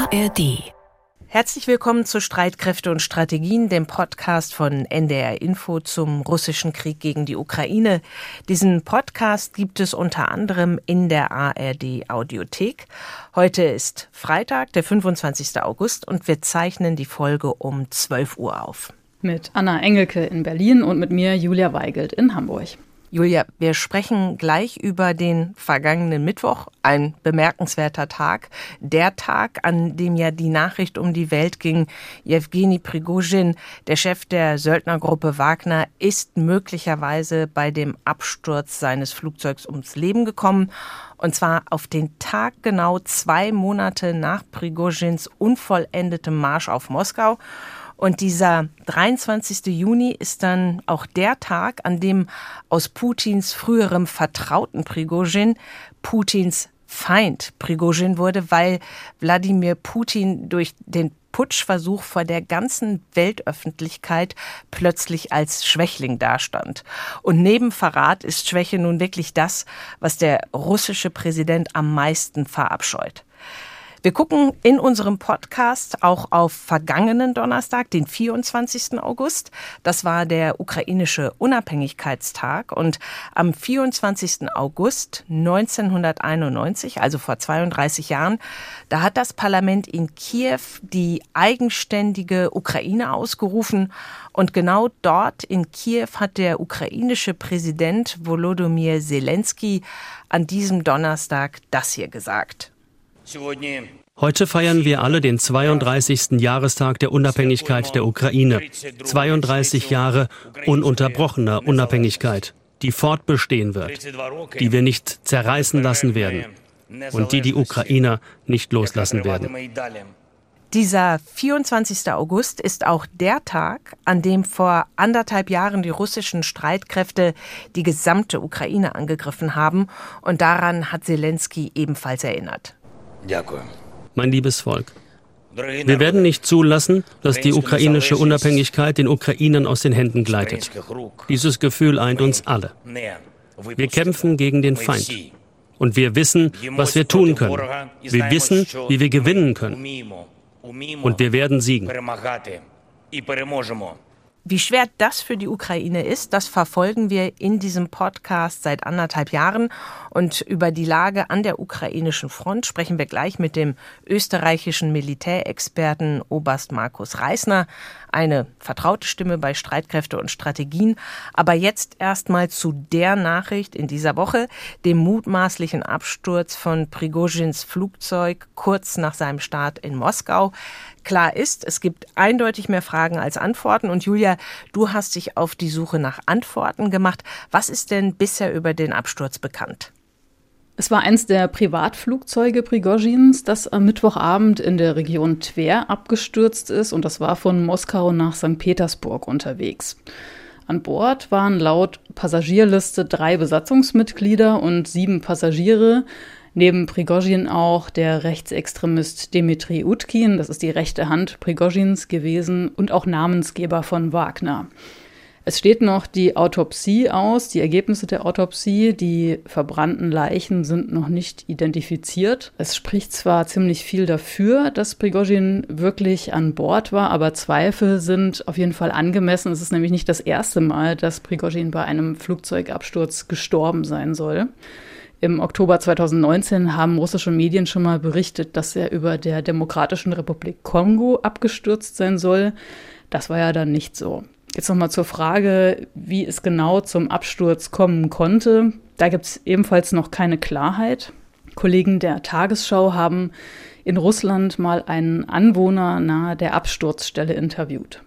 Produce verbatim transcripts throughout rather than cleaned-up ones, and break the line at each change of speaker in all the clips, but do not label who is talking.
A R D.
Herzlich willkommen zu Streitkräfte und Strategien, dem Podcast von N D R Info zum russischen Krieg gegen die Ukraine. Diesen Podcast gibt es unter anderem in der A R D Audiothek. Heute ist Freitag, der fünfundzwanzigsten August, und wir zeichnen die Folge um zwölf Uhr auf.
Mit Anna Engelke in Berlin und mit mir Julia Weigelt in Hamburg.
Julia, wir sprechen gleich über den vergangenen Mittwoch, ein bemerkenswerter Tag. Der Tag, an dem ja die Nachricht um die Welt ging, Jewgeni Prigozhin, der Chef der Söldnergruppe Wagner, ist möglicherweise bei dem Absturz seines Flugzeugs ums Leben gekommen. Und zwar auf den Tag genau zwei Monate nach Prigozhins unvollendetem Marsch auf Moskau. Und dieser dreiundzwanzigsten Juni ist dann auch der Tag, an dem aus Putins früherem Vertrauten Prigozhin Putins Feind Prigozhin wurde, weil Wladimir Putin durch den Putschversuch vor der ganzen Weltöffentlichkeit plötzlich als Schwächling dastand. Und neben Verrat ist Schwäche nun wirklich das, was der russische Präsident am meisten verabscheut. Wir gucken in unserem Podcast auch auf vergangenen Donnerstag, den vierundzwanzigsten August. Das war der ukrainische Unabhängigkeitstag. Und am vierundzwanzigsten August neunzehnhunderteinundneunzig, also vor zweiunddreißig Jahren, da hat das Parlament in Kiew die eigenständige Ukraine ausgerufen. Und genau dort in Kiew hat der ukrainische Präsident Volodymyr Zelensky an diesem Donnerstag das hier gesagt.
Heute feiern wir alle den zweiunddreißigsten Jahrestag der Unabhängigkeit der Ukraine. zweiunddreißig Jahre ununterbrochener Unabhängigkeit, die fortbestehen wird, die wir nicht zerreißen lassen werden und die die Ukrainer nicht loslassen werden.
Dieser vierundzwanzigsten August ist auch der Tag, an dem vor anderthalb Jahren die russischen Streitkräfte die gesamte Ukraine angegriffen haben. Und daran hat Zelensky ebenfalls erinnert.
Mein liebes Volk, wir werden nicht zulassen, dass die ukrainische Unabhängigkeit den Ukrainern aus den Händen gleitet. Dieses Gefühl eint uns alle. Wir kämpfen gegen den Feind. Und wir wissen, was wir tun können. Wir wissen, wie wir gewinnen können. Und wir werden siegen.
Wie schwer das für die Ukraine ist, das verfolgen wir in diesem Podcast seit anderthalb Jahren. Und über die Lage an der ukrainischen Front sprechen wir gleich mit dem österreichischen Militärexperten Oberst Markus Reisner. Eine vertraute Stimme bei Streitkräfte und Strategien. Aber jetzt erstmal zu der Nachricht in dieser Woche, dem mutmaßlichen Absturz von Prigozhins Flugzeug kurz nach seinem Start in Moskau. Klar ist, es gibt eindeutig mehr Fragen als Antworten. Und Julia, du hast dich auf die Suche nach Antworten gemacht. Was ist denn bisher über den Absturz bekannt?
Es war eins der Privatflugzeuge Prigozhins, das am Mittwochabend in der Region Twer abgestürzt ist. Und das war von Moskau nach Sankt Petersburg unterwegs. An Bord waren laut Passagierliste drei Besatzungsmitglieder und sieben Passagiere. Neben Prigozhin auch der Rechtsextremist Dmitri Utkin, das ist die rechte Hand Prigozhins gewesen und auch Namensgeber von Wagner. Es steht noch die Autopsie aus, die Ergebnisse der Autopsie. Die verbrannten Leichen sind noch nicht identifiziert. Es spricht zwar ziemlich viel dafür, dass Prigozhin wirklich an Bord war, aber Zweifel sind auf jeden Fall angemessen. Es ist nämlich nicht das erste Mal, dass Prigozhin bei einem Flugzeugabsturz gestorben sein soll. Im Oktober zweitausendneunzehn haben russische Medien schon mal berichtet, dass er über der Demokratischen Republik Kongo abgestürzt sein soll. Das war ja dann nicht so. Jetzt nochmal zur Frage, wie es genau zum Absturz kommen konnte. Da gibt es ebenfalls noch keine Klarheit. Kollegen der Tagesschau haben in Russland mal einen Anwohner nahe der Absturzstelle interviewt.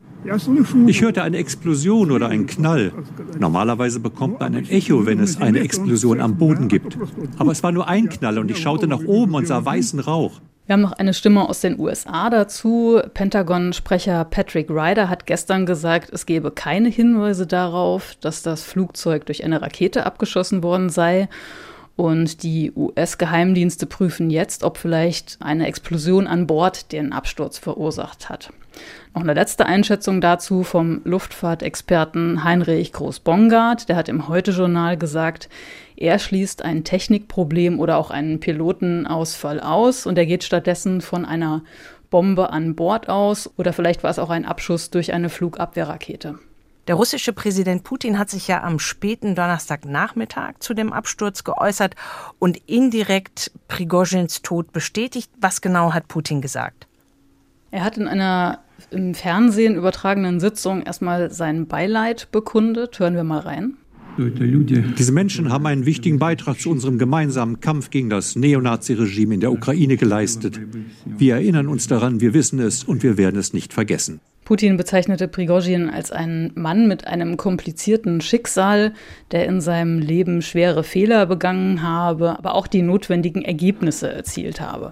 Ich hörte eine Explosion oder einen Knall. Normalerweise bekommt man ein Echo, wenn es eine Explosion am Boden gibt. Aber es war nur ein Knall und ich schaute nach oben und sah weißen Rauch.
Wir haben noch eine Stimme aus den U S A dazu. Pentagon-Sprecher Patrick Ryder hat gestern gesagt, es gebe keine Hinweise darauf, dass das Flugzeug durch eine Rakete abgeschossen worden sei. Und die U S-Geheimdienste prüfen jetzt, ob vielleicht eine Explosion an Bord den Absturz verursacht hat. Noch eine letzte Einschätzung dazu vom Luftfahrtexperten Heinrich Groß-Bongard. Der hat im Heute-Journal gesagt, er schließt ein Technikproblem oder auch einen Pilotenausfall aus und er geht stattdessen von einer Bombe an Bord aus oder vielleicht war es auch ein Abschuss durch eine Flugabwehrrakete.
Der russische Präsident Putin hat sich ja am späten Donnerstagnachmittag zu dem Absturz geäußert und indirekt Prigozhins Tod bestätigt. Was genau hat Putin gesagt?
Er hat in einer im Fernsehen übertragenen Sitzung erstmal sein Beileid bekundet. Hören wir mal rein.
Diese Menschen haben einen wichtigen Beitrag zu unserem gemeinsamen Kampf gegen das Neonazi-Regime in der Ukraine geleistet. Wir erinnern uns daran, wir wissen es und wir werden es nicht vergessen.
Putin bezeichnete Prigozhin als einen Mann mit einem komplizierten Schicksal, der in seinem Leben schwere Fehler begangen habe, aber auch die notwendigen Ergebnisse erzielt habe.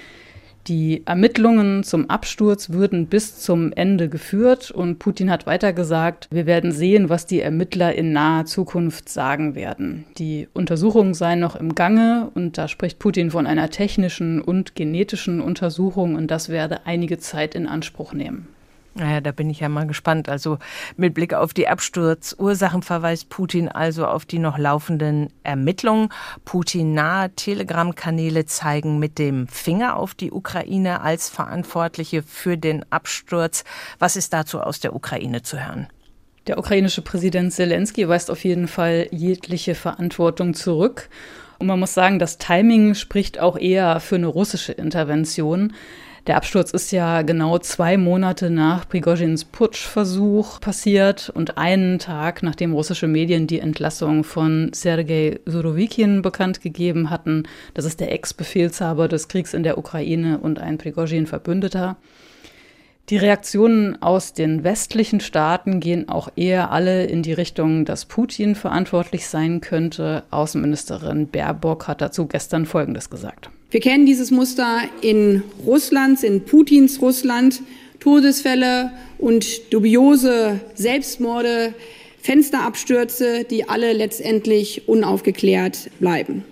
Die Ermittlungen zum Absturz würden bis zum Ende geführt und Putin hat weiter gesagt, wir werden sehen, was die Ermittler in naher Zukunft sagen werden. Die Untersuchungen seien noch im Gange und da spricht Putin von einer technischen und genetischen Untersuchung und das werde einige Zeit in Anspruch nehmen.
Naja, da bin ich ja mal gespannt. Also mit Blick auf die Absturzursachen verweist Putin also auf die noch laufenden Ermittlungen. Putin-nahe Telegram-Kanäle zeigen mit dem Finger auf die Ukraine als Verantwortliche für den Absturz. Was ist dazu aus der Ukraine zu hören?
Der ukrainische Präsident Selenskyj weist auf jeden Fall jegliche Verantwortung zurück. Und man muss sagen, das Timing spricht auch eher für eine russische Intervention. Der Absturz ist ja genau zwei Monate nach Prigozhins Putschversuch passiert und einen Tag, nachdem russische Medien die Entlassung von Sergei Surovikin bekannt gegeben hatten. Das ist der Ex-Befehlshaber des Kriegs in der Ukraine und ein Prigozhin-Verbündeter. Die Reaktionen aus den westlichen Staaten gehen auch eher alle in die Richtung, dass Putin verantwortlich sein könnte. Außenministerin Baerbock hat dazu gestern Folgendes gesagt.
Wir kennen dieses Muster in Russlands, in Putins Russland. Todesfälle und dubiose Selbstmorde, Fensterabstürze, die alle letztendlich unaufgeklärt bleiben.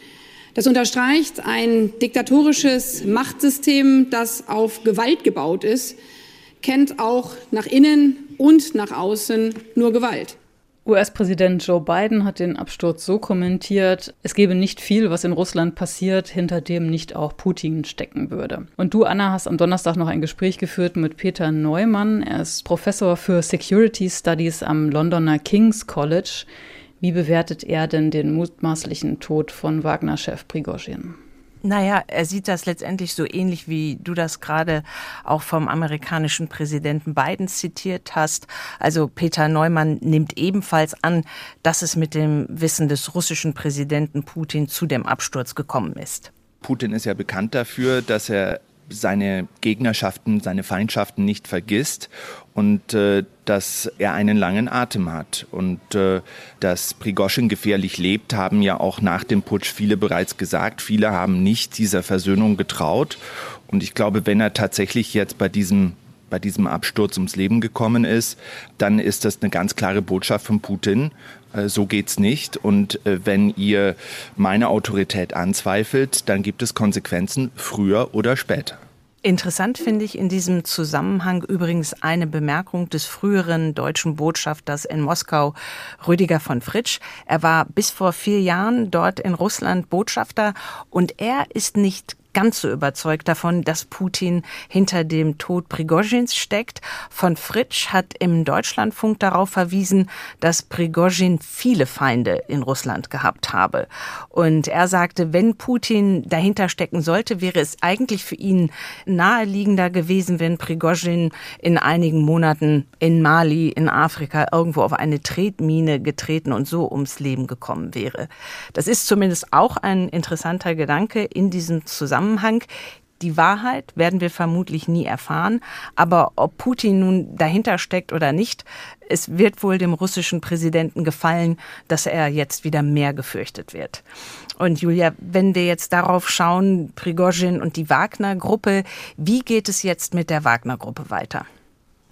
Das unterstreicht ein diktatorisches Machtsystem, das auf Gewalt gebaut ist, kennt auch nach innen und nach außen nur Gewalt.
U S-Präsident Joe Biden hat den Absturz so kommentiert, es gebe nicht viel, was in Russland passiert, hinter dem nicht auch Putin stecken würde. Und du, Anna, hast am Donnerstag noch ein Gespräch geführt mit Peter Neumann. Er ist Professor für Security Studies am Londoner King's College. Wie bewertet er denn den mutmaßlichen Tod von Wagner-Chef Prigozhin?
Naja, er sieht das letztendlich so ähnlich, wie du das gerade auch vom amerikanischen Präsidenten Biden zitiert hast. Also Peter Neumann nimmt ebenfalls an, dass es mit dem Wissen des russischen Präsidenten Putin zu dem Absturz gekommen ist.
Putin ist ja bekannt dafür, dass er seine Gegnerschaften, seine Feindschaften nicht vergisst und äh, dass er einen langen Atem hat. Und äh, dass Prigozhin gefährlich lebt, haben ja auch nach dem Putsch viele bereits gesagt. Viele haben nicht dieser Versöhnung getraut. Und ich glaube, wenn er tatsächlich jetzt bei diesem, bei diesem Absturz ums Leben gekommen ist, dann ist das eine ganz klare Botschaft von Putin. Äh, so geht's nicht. Und äh, wenn ihr meine Autorität anzweifelt, dann gibt es Konsequenzen früher oder später.
Interessant finde ich in diesem Zusammenhang übrigens eine Bemerkung des früheren deutschen Botschafters in Moskau, Rüdiger von Fritsch. Er war bis vor vier Jahren dort in Russland Botschafter und er ist nicht ganz so überzeugt davon, dass Putin hinter dem Tod Prigozhins steckt. Von Fritsch hat im Deutschlandfunk darauf verwiesen, dass Prigozhin viele Feinde in Russland gehabt habe. Und er sagte, wenn Putin dahinter stecken sollte, wäre es eigentlich für ihn naheliegender gewesen, wenn Prigozhin in einigen Monaten in Mali, in Afrika, irgendwo auf eine Tretmine getreten und so ums Leben gekommen wäre. Das ist zumindest auch ein interessanter Gedanke in diesem Zusammenhang. Die Wahrheit werden wir vermutlich nie erfahren, aber ob Putin nun dahinter steckt oder nicht, es wird wohl dem russischen Präsidenten gefallen, dass er jetzt wieder mehr gefürchtet wird. Und Julia, wenn wir jetzt darauf schauen, Prigozhin und die Wagner-Gruppe, wie geht es jetzt mit der Wagner-Gruppe weiter?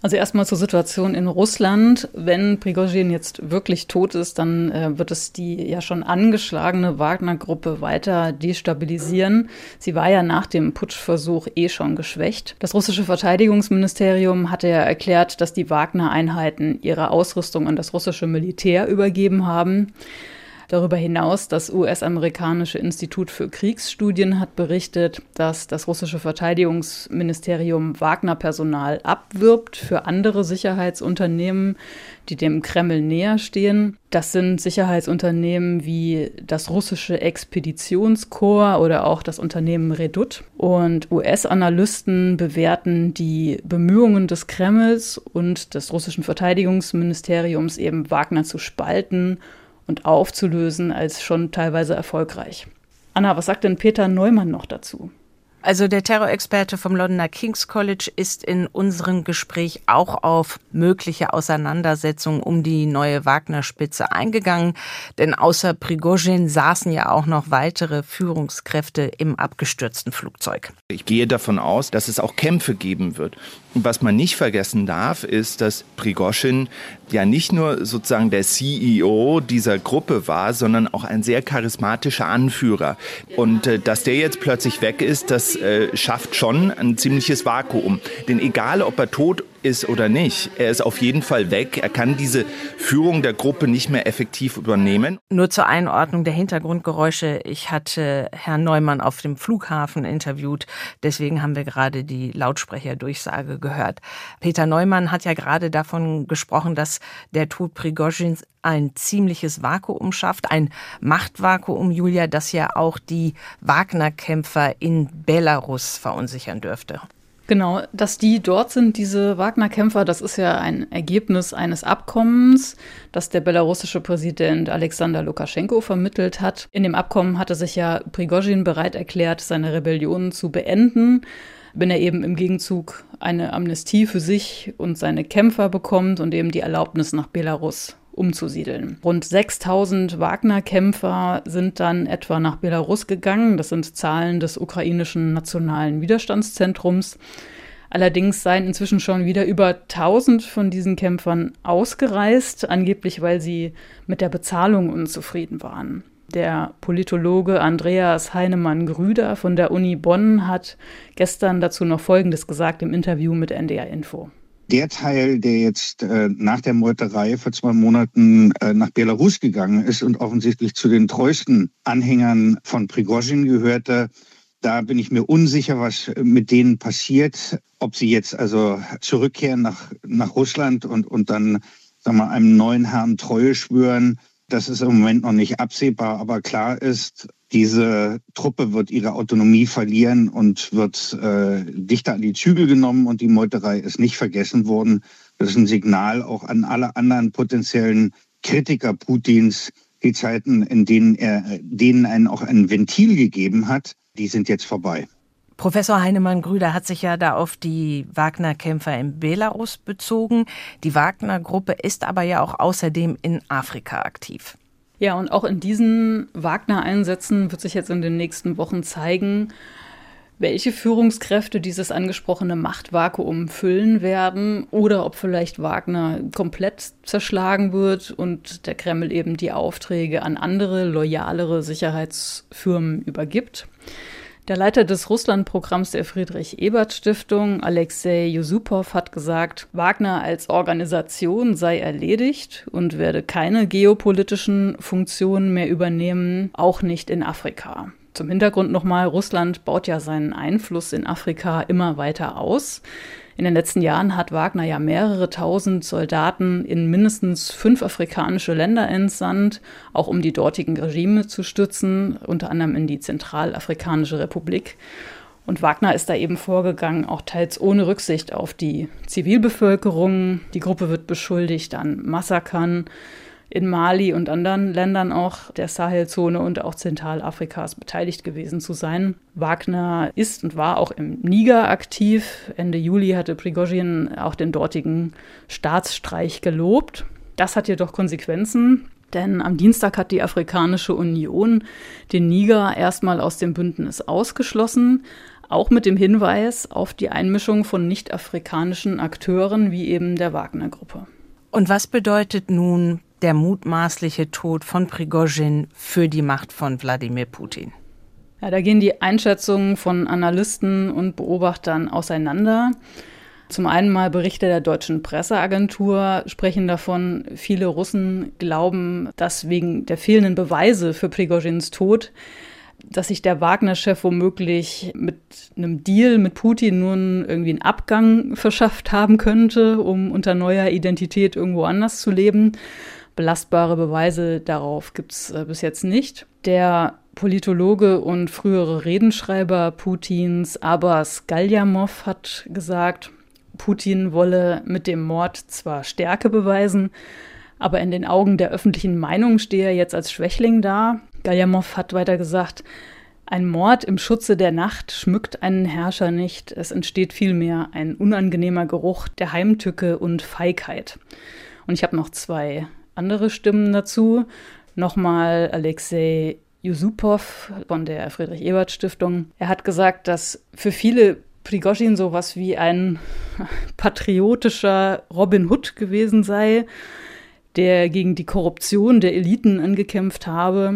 Also erstmal zur Situation in Russland. Wenn Prigozhin jetzt wirklich tot ist, dann äh, wird es die ja schon angeschlagene Wagner-Gruppe weiter destabilisieren. Sie war ja nach dem Putschversuch eh schon geschwächt. Das russische Verteidigungsministerium hatte ja erklärt, dass die Wagner-Einheiten ihre Ausrüstung an das russische Militär übergeben haben. Darüber hinaus, das U S-amerikanische Institut für Kriegsstudien hat berichtet, dass das russische Verteidigungsministerium Wagner-Personal abwirbt für andere Sicherheitsunternehmen, die dem Kreml näher stehen. Das sind Sicherheitsunternehmen wie das russische Expeditionskorps oder auch das Unternehmen Redut. Und U S-Analysten bewerten die Bemühungen des Kremls und des russischen Verteidigungsministeriums, eben Wagner zu spalten und aufzulösen, als schon teilweise erfolgreich. Anna, was sagt denn Peter Neumann noch dazu?
Also der Terrorexperte vom Londoner King's College ist in unserem Gespräch auch auf mögliche Auseinandersetzungen um die neue Wagner-Spitze eingegangen. Denn außer Prigozhin saßen ja auch noch weitere Führungskräfte im abgestürzten Flugzeug.
Ich gehe davon aus, dass es auch Kämpfe geben wird. Und was man nicht vergessen darf, ist, dass Prigozhin ja nicht nur sozusagen der C E O dieser Gruppe war, sondern auch ein sehr charismatischer Anführer. Und äh, dass der jetzt plötzlich weg ist, das äh, schafft schon ein ziemliches Vakuum. Denn egal, ob er tot ist oder nicht, er ist auf jeden Fall weg. Er kann diese Führung der Gruppe nicht mehr effektiv übernehmen.
Nur zur Einordnung der Hintergrundgeräusche. Ich hatte Herrn Neumann auf dem Flughafen interviewt. Deswegen haben wir gerade die Lautsprecherdurchsage gehört. Peter Neumann hat ja gerade davon gesprochen, dass der Tod Prigozhins ein ziemliches Vakuum schafft, ein Machtvakuum, Julia, das ja auch die Wagner-Kämpfer in Belarus verunsichern dürfte.
Genau, dass die dort sind, diese Wagner-Kämpfer, das ist ja ein Ergebnis eines Abkommens, das der belarussische Präsident Alexander Lukaschenko vermittelt hat. In dem Abkommen hatte sich ja Prigozhin bereit erklärt, seine Rebellion zu beenden, wenn er eben im Gegenzug eine Amnestie für sich und seine Kämpfer bekommt und eben die Erlaubnis, nach Belarus umzusiedeln. Rund sechstausend Wagner-Kämpfer sind dann etwa nach Belarus gegangen. Das sind Zahlen des ukrainischen Nationalen Widerstandszentrums. Allerdings seien inzwischen schon wieder über tausend von diesen Kämpfern ausgereist, angeblich weil sie mit der Bezahlung unzufrieden waren. Der Politologe Andreas Heinemann-Grüder von der Uni Bonn hat gestern dazu noch Folgendes gesagt im Interview mit N D R Info.
Der Teil, der jetzt äh, nach der Meuterei vor zwei Monaten äh, nach Belarus gegangen ist und offensichtlich zu den treuesten Anhängern von Prigozhin gehörte, da bin ich mir unsicher, was mit denen passiert. Ob sie jetzt also zurückkehren nach, nach Russland und, und dann, sagen wir, einem neuen Herrn Treue schwören. Das ist im Moment noch nicht absehbar, aber klar ist, diese Truppe wird ihre Autonomie verlieren und wird äh, dichter an die Zügel genommen und die Meuterei ist nicht vergessen worden. Das ist ein Signal auch an alle anderen potenziellen Kritiker Putins. Die Zeiten, in denen er denen einen auch ein Ventil gegeben hat, die sind jetzt vorbei.
Professor Heinemann-Grüder hat sich ja da auf die Wagner-Kämpfer in Belarus bezogen. Die Wagner-Gruppe ist aber ja auch außerdem in Afrika aktiv.
Ja, und auch in diesen Wagner-Einsätzen wird sich jetzt in den nächsten Wochen zeigen, welche Führungskräfte dieses angesprochene Machtvakuum füllen werden oder ob vielleicht Wagner komplett zerschlagen wird und der Kreml eben die Aufträge an andere, loyalere Sicherheitsfirmen übergibt. Der Leiter des Russland-Programms der Friedrich-Ebert-Stiftung, Alexei Yusupow, hat gesagt, Wagner als Organisation sei erledigt und werde keine geopolitischen Funktionen mehr übernehmen, auch nicht in Afrika. Zum Hintergrund nochmal, Russland baut ja seinen Einfluss in Afrika immer weiter aus. In den letzten Jahren hat Wagner ja mehrere tausend Soldaten in mindestens fünf afrikanische Länder entsandt, auch um die dortigen Regime zu stützen, unter anderem in die Zentralafrikanische Republik. Und Wagner ist da eben vorgegangen, auch teils ohne Rücksicht auf die Zivilbevölkerung. Die Gruppe wird beschuldigt, an Massakern in Mali und anderen Ländern auch der Sahelzone und auch Zentralafrikas beteiligt gewesen zu sein. Wagner ist und war auch im Niger aktiv. Ende Juli hatte Prigozhin auch den dortigen Staatsstreich gelobt. Das hat jedoch Konsequenzen, denn am Dienstag hat die Afrikanische Union den Niger erstmal aus dem Bündnis ausgeschlossen. Auch mit dem Hinweis auf die Einmischung von nicht-afrikanischen Akteuren wie eben der Wagner-Gruppe.
Und was bedeutet nun der mutmaßliche Tod von Prigozhin für die Macht von Wladimir Putin?
Ja, da gehen die Einschätzungen von Analysten und Beobachtern auseinander. Zum einen mal Berichte der deutschen Presseagentur sprechen davon, viele Russen glauben, dass wegen der fehlenden Beweise für Prigozhins Tod, dass sich der Wagner-Chef womöglich mit einem Deal mit Putin nun irgendwie einen Abgang verschafft haben könnte, um unter neuer Identität irgendwo anders zu leben. Belastbare Beweise darauf gibt es äh, bis jetzt nicht. Der Politologe und frühere Redenschreiber Putins, Abbas Galyamov, hat gesagt, Putin wolle mit dem Mord zwar Stärke beweisen, aber in den Augen der öffentlichen Meinung stehe er jetzt als Schwächling da. Galyamov hat weiter gesagt, ein Mord im Schutze der Nacht schmückt einen Herrscher nicht. Es entsteht vielmehr ein unangenehmer Geruch der Heimtücke und Feigheit. Und ich habe noch zwei andere Stimmen dazu. Nochmal Alexei Yusupov von der Friedrich-Ebert-Stiftung. Er hat gesagt, dass für viele Prigozhin sowas wie ein patriotischer Robin Hood gewesen sei, der gegen die Korruption der Eliten angekämpft habe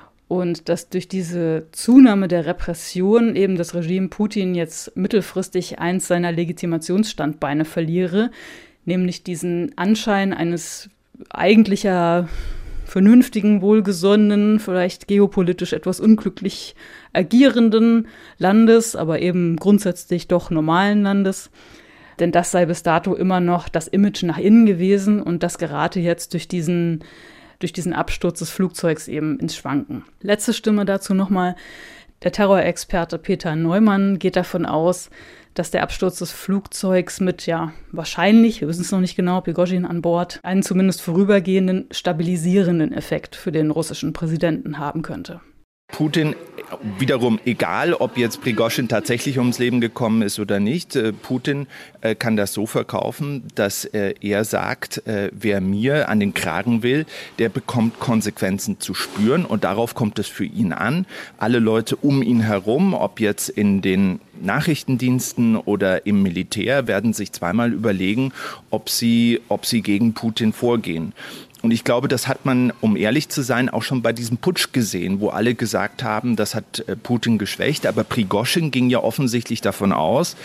und dass durch diese Zunahme der Repression eben das Regime Putin jetzt mittelfristig eins seiner Legitimationsstandbeine verliere, nämlich diesen Anschein eines eigentlicher vernünftigen, wohlgesonnenen, vielleicht geopolitisch etwas unglücklich agierenden Landes, aber eben grundsätzlich doch normalen Landes. Denn das sei bis dato immer noch das Image nach innen gewesen und das gerate jetzt durch diesen, durch diesen Absturz des Flugzeugs eben ins Schwanken. Letzte Stimme dazu nochmal. Der Terrorexperte Peter Neumann geht davon aus, dass der Absturz des Flugzeugs mit, ja, wahrscheinlich, wir wissen es noch nicht genau, Prigozhin an Bord, einen zumindest vorübergehenden stabilisierenden Effekt für den russischen Präsidenten haben könnte.
Putin wiederum, egal ob jetzt Prigozhin tatsächlich ums Leben gekommen ist oder nicht, Putin kann das so verkaufen, dass er sagt, wer mir an den Kragen will, der bekommt Konsequenzen zu spüren und darauf kommt es für ihn an. Alle Leute um ihn herum, ob jetzt in den Nachrichtendiensten oder im Militär, werden sich zweimal überlegen, ob sie, ob sie gegen Putin vorgehen. Und ich glaube, das hat man, um ehrlich zu sein, auch schon bei diesem Putsch gesehen, wo alle gesagt haben, das hat Putin geschwächt. Aber Prigozhin ging ja offensichtlich davon aus,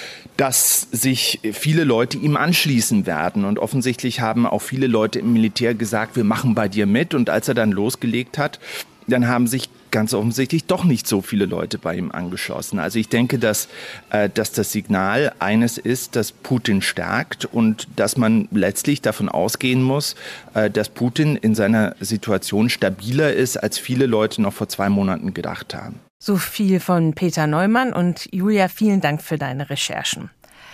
dass sich viele Leute ihm anschließen werden. Und offensichtlich haben auch viele Leute im Militär gesagt, wir machen bei dir mit. Und als er dann losgelegt hat, dann haben sich ganz offensichtlich doch nicht so viele Leute bei ihm angeschlossen. Also ich denke, dass, äh, dass das Signal eines ist, dass Putin stärkt und dass man letztlich davon ausgehen muss, äh, dass Putin in seiner Situation stabiler ist, als viele Leute noch vor zwei Monaten gedacht haben.
So viel von Peter Neumann und Julia, vielen Dank für deine Recherchen.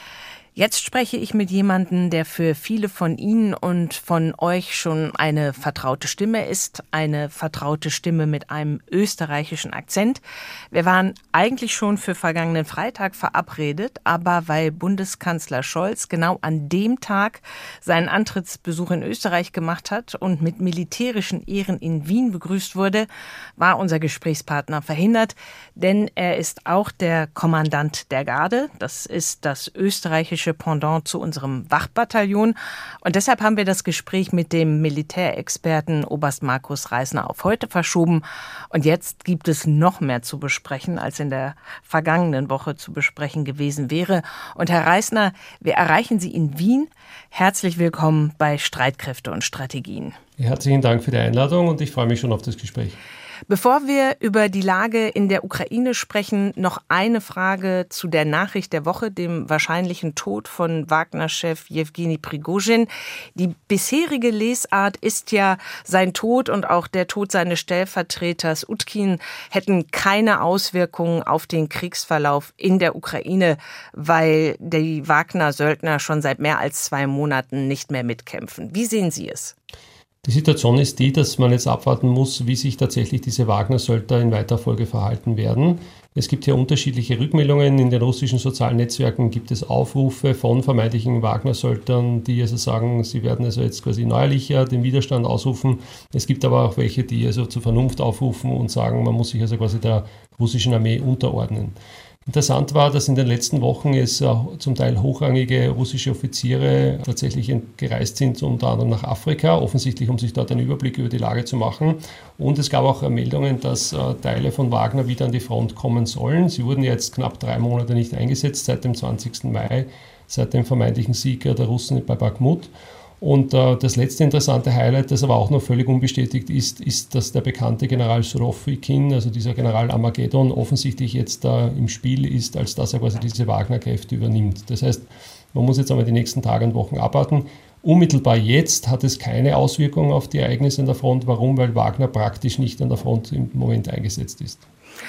Jetzt spreche ich mit jemandem, der für viele von Ihnen und von euch schon eine vertraute Stimme ist, eine vertraute Stimme mit einem österreichischen Akzent. Wir waren eigentlich schon für vergangenen Freitag verabredet, aber weil Bundeskanzler Scholz genau an dem Tag seinen Antrittsbesuch in Österreich gemacht hat und mit militärischen Ehren in Wien begrüßt wurde, war unser Gesprächspartner verhindert, denn er ist auch der Kommandant der Garde. Das ist das österreichische Pendant zu unserem Wachbataillon. Und deshalb haben wir das Gespräch mit dem Militärexperten Oberst Markus Reisner auf heute verschoben. Und jetzt gibt es noch mehr zu besprechen, als in der vergangenen Woche zu besprechen gewesen wäre. Und Herr Reisner, wir erreichen Sie in Wien. Herzlich willkommen bei Streitkräfte und Strategien.
Herzlichen Dank für die Einladung und ich freue mich schon auf das Gespräch.
Bevor wir über die Lage in der Ukraine sprechen, noch eine Frage zu der Nachricht der Woche, dem wahrscheinlichen Tod von Wagner-Chef Jewgeni Prigozhin. Die bisherige Lesart ist ja, sein Tod und auch der Tod seines Stellvertreters Utkin hätten keine Auswirkungen auf den Kriegsverlauf in der Ukraine, weil die Wagner-Söldner schon seit mehr als zwei Monaten nicht mehr mitkämpfen. Wie sehen Sie es?
Die Situation ist die, dass man jetzt abwarten muss, wie sich tatsächlich diese Wagner-Söldner in weiter Folge verhalten werden. Es gibt hier unterschiedliche Rückmeldungen. In den russischen sozialen Netzwerken gibt es Aufrufe von vermeintlichen Wagner-Söldnern, die also sagen, sie werden also jetzt quasi neuerlicher den Widerstand ausrufen. Es gibt aber auch welche, die also zur Vernunft aufrufen und sagen, man muss sich also quasi der russischen Armee unterordnen. Interessant war, dass in den letzten Wochen es zum Teil hochrangige russische Offiziere tatsächlich gereist sind, unter anderem nach Afrika, offensichtlich um sich dort einen Überblick über die Lage zu machen. Und es gab auch Meldungen, dass Teile von Wagner wieder an die Front kommen sollen. Sie wurden jetzt knapp drei Monate nicht eingesetzt, seit dem zwanzigsten Mai, seit dem vermeintlichen Sieg der Russen bei Bakhmut. Und äh, das letzte interessante Highlight, das aber auch noch völlig unbestätigt ist, ist, dass der bekannte General Surovikin, also dieser General Armageddon, offensichtlich jetzt äh, im Spiel ist, als dass er quasi diese Wagner-Kräfte übernimmt. Das heißt, man muss jetzt einmal die nächsten Tage und Wochen abwarten. Unmittelbar jetzt hat es keine Auswirkungen auf die Ereignisse an der Front. Warum? Weil Wagner praktisch nicht an der Front im Moment eingesetzt ist.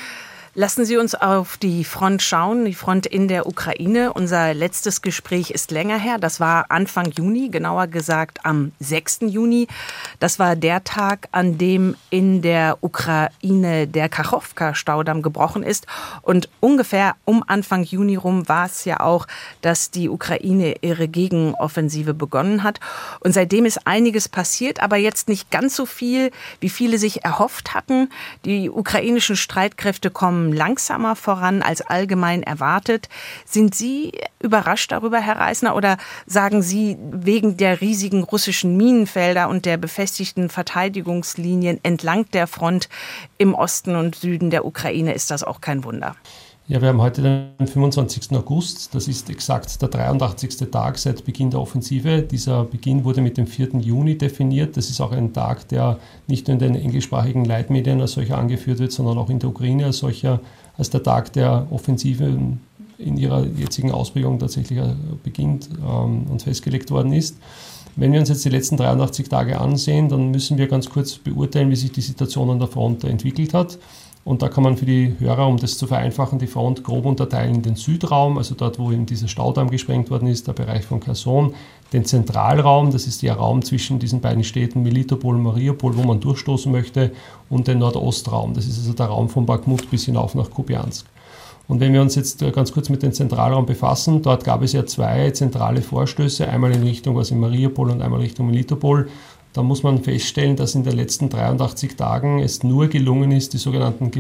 Lassen Sie uns auf die Front schauen, die Front in der Ukraine. Unser letztes Gespräch ist länger her. Das war Anfang Juni, genauer gesagt am sechsten Juni. Das war der Tag, an dem in der Ukraine der Kachowka-Staudamm gebrochen ist. Und ungefähr um Anfang Juni rum war es ja auch, dass die Ukraine ihre Gegenoffensive begonnen hat. Und seitdem ist einiges passiert, aber jetzt nicht ganz so viel, wie viele sich erhofft hatten. Die ukrainischen Streitkräfte kommen langsamer voran als allgemein erwartet. Sind Sie überrascht darüber, Herr Reisner, oder sagen Sie, wegen der riesigen russischen Minenfelder und der befestigten Verteidigungslinien entlang der Front im Osten und Süden der Ukraine ist das auch kein Wunder?
Ja, wir haben heute den fünfundzwanzigsten August. Das ist exakt der dreiundachtzigste Tag seit Beginn der Offensive. Dieser Beginn wurde mit dem vierten Juni definiert. Das ist auch ein Tag, der nicht nur in den englischsprachigen Leitmedien als solcher angeführt wird, sondern auch in der Ukraine als solcher, als der Tag der Offensive in ihrer jetzigen Ausprägung tatsächlich beginnt ähm, und festgelegt worden ist. Wenn wir uns jetzt die letzten dreiundachtzig Tage ansehen, dann müssen wir ganz kurz beurteilen, wie sich die Situation an der Front entwickelt hat. Und da kann man für die Hörer, um das zu vereinfachen, die Front grob unterteilen in den Südraum, also dort, wo eben dieser Staudamm gesprengt worden ist, der Bereich von Cherson, den Zentralraum, das ist der Raum zwischen diesen beiden Städten Melitopol und Mariupol, wo man durchstoßen möchte, und den Nordostraum, das ist also der Raum von Bakhmut bis hinauf nach Kupiansk. Und wenn wir uns jetzt ganz kurz mit dem Zentralraum befassen, dort gab es ja zwei zentrale Vorstöße, einmal in Richtung was in Mariupol und einmal Richtung Melitopol. Da muss man feststellen, dass in den letzten dreiundachtzig Tagen es nur gelungen ist, die sogenannten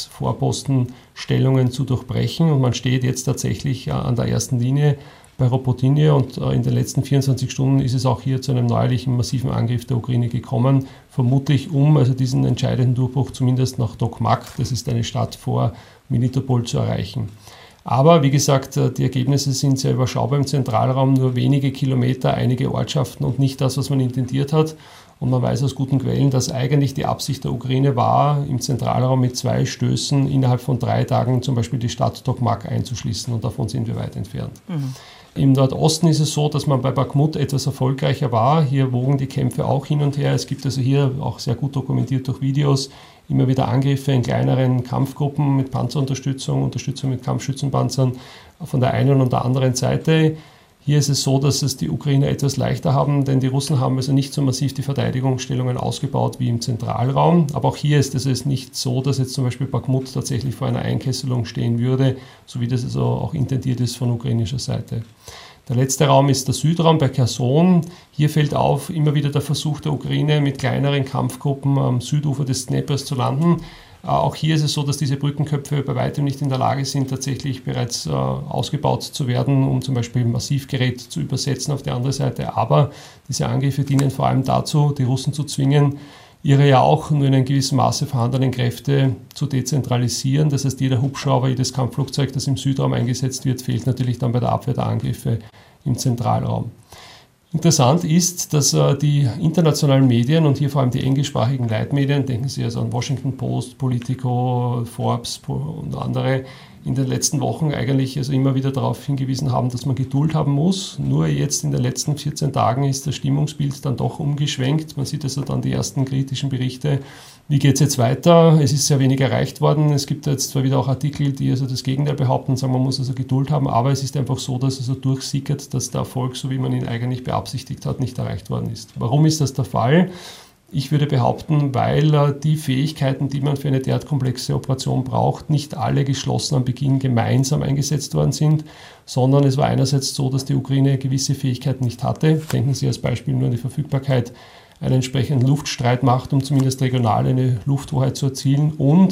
Gefechtsvorpostenstellungen zu durchbrechen. Und man steht jetzt tatsächlich an der ersten Linie bei Ropotyne. Und in den letzten vierundzwanzig Stunden ist es auch hier zu einem neuerlichen massiven Angriff der Ukraine gekommen. Vermutlich um also diesen entscheidenden Durchbruch zumindest nach Tokmak, das ist eine Stadt vor Melitopol, zu erreichen. Aber wie gesagt, die Ergebnisse sind sehr überschaubar im Zentralraum, nur wenige Kilometer, einige Ortschaften und nicht das, was man intendiert hat. Und man weiß aus guten Quellen, dass eigentlich die Absicht der Ukraine war, im Zentralraum mit zwei Stößen innerhalb von drei Tagen zum Beispiel die Stadt Tokmak einzuschließen. Und davon sind wir weit entfernt. Mhm. Im Nordosten ist es so, dass man bei Bakhmut etwas erfolgreicher war. Hier wogen die Kämpfe auch hin und her. Es gibt also hier auch sehr gut dokumentiert durch Videos immer wieder Angriffe in kleineren Kampfgruppen mit Panzerunterstützung, Unterstützung mit Kampfschützenpanzern von der einen und der anderen Seite. Hier ist es so, dass es die Ukrainer etwas leichter haben, denn die Russen haben also nicht so massiv die Verteidigungsstellungen ausgebaut wie im Zentralraum. Aber auch hier ist es nicht so, dass jetzt zum Beispiel Bakhmut tatsächlich vor einer Einkesselung stehen würde, so wie das also auch intendiert ist von ukrainischer Seite. Der letzte Raum ist der Südraum bei Cherson. Hier fällt auf immer wieder der Versuch der Ukraine, mit kleineren Kampfgruppen am Südufer des Dneprs zu landen. Auch hier ist es so, dass diese Brückenköpfe bei weitem nicht in der Lage sind, tatsächlich bereits äh, ausgebaut zu werden, um zum Beispiel Massivgerät zu übersetzen auf die andere Seite. Aber diese Angriffe dienen vor allem dazu, die Russen zu zwingen, ihre ja auch nur in einem gewissen Maße vorhandenen Kräfte zu dezentralisieren. Das heißt, jeder Hubschrauber, jedes Kampfflugzeug, das im Südraum eingesetzt wird, fehlt natürlich dann bei der Abwehr der Angriffe im Zentralraum. Interessant ist, dass äh, die internationalen Medien und hier vor allem die englischsprachigen Leitmedien, denken Sie also an Washington Post, Politico, Forbes und andere, in den letzten Wochen eigentlich also immer wieder darauf hingewiesen haben, dass man Geduld haben muss. Nur jetzt in den letzten vierzehn Tagen ist das Stimmungsbild dann doch umgeschwenkt. Man sieht also dann die ersten kritischen Berichte. Wie geht es jetzt weiter? Es ist sehr wenig erreicht worden. Es gibt jetzt zwar wieder auch Artikel, die also das Gegenteil behaupten und sagen, man muss also Geduld haben, aber es ist einfach so, dass es also durchsickert, dass der Erfolg, so wie man ihn eigentlich beabsichtigt hat, nicht erreicht worden ist. Warum ist das der Fall? Ich würde behaupten, weil äh, die Fähigkeiten, die man für eine derart komplexe Operation braucht, nicht alle geschlossen am Beginn gemeinsam eingesetzt worden sind, sondern es war einerseits so, dass die Ukraine gewisse Fähigkeiten nicht hatte. Denken Sie als Beispiel nur an die Verfügbarkeit einer entsprechenden Luftstreitmacht, um zumindest regional eine Lufthoheit zu erzielen, und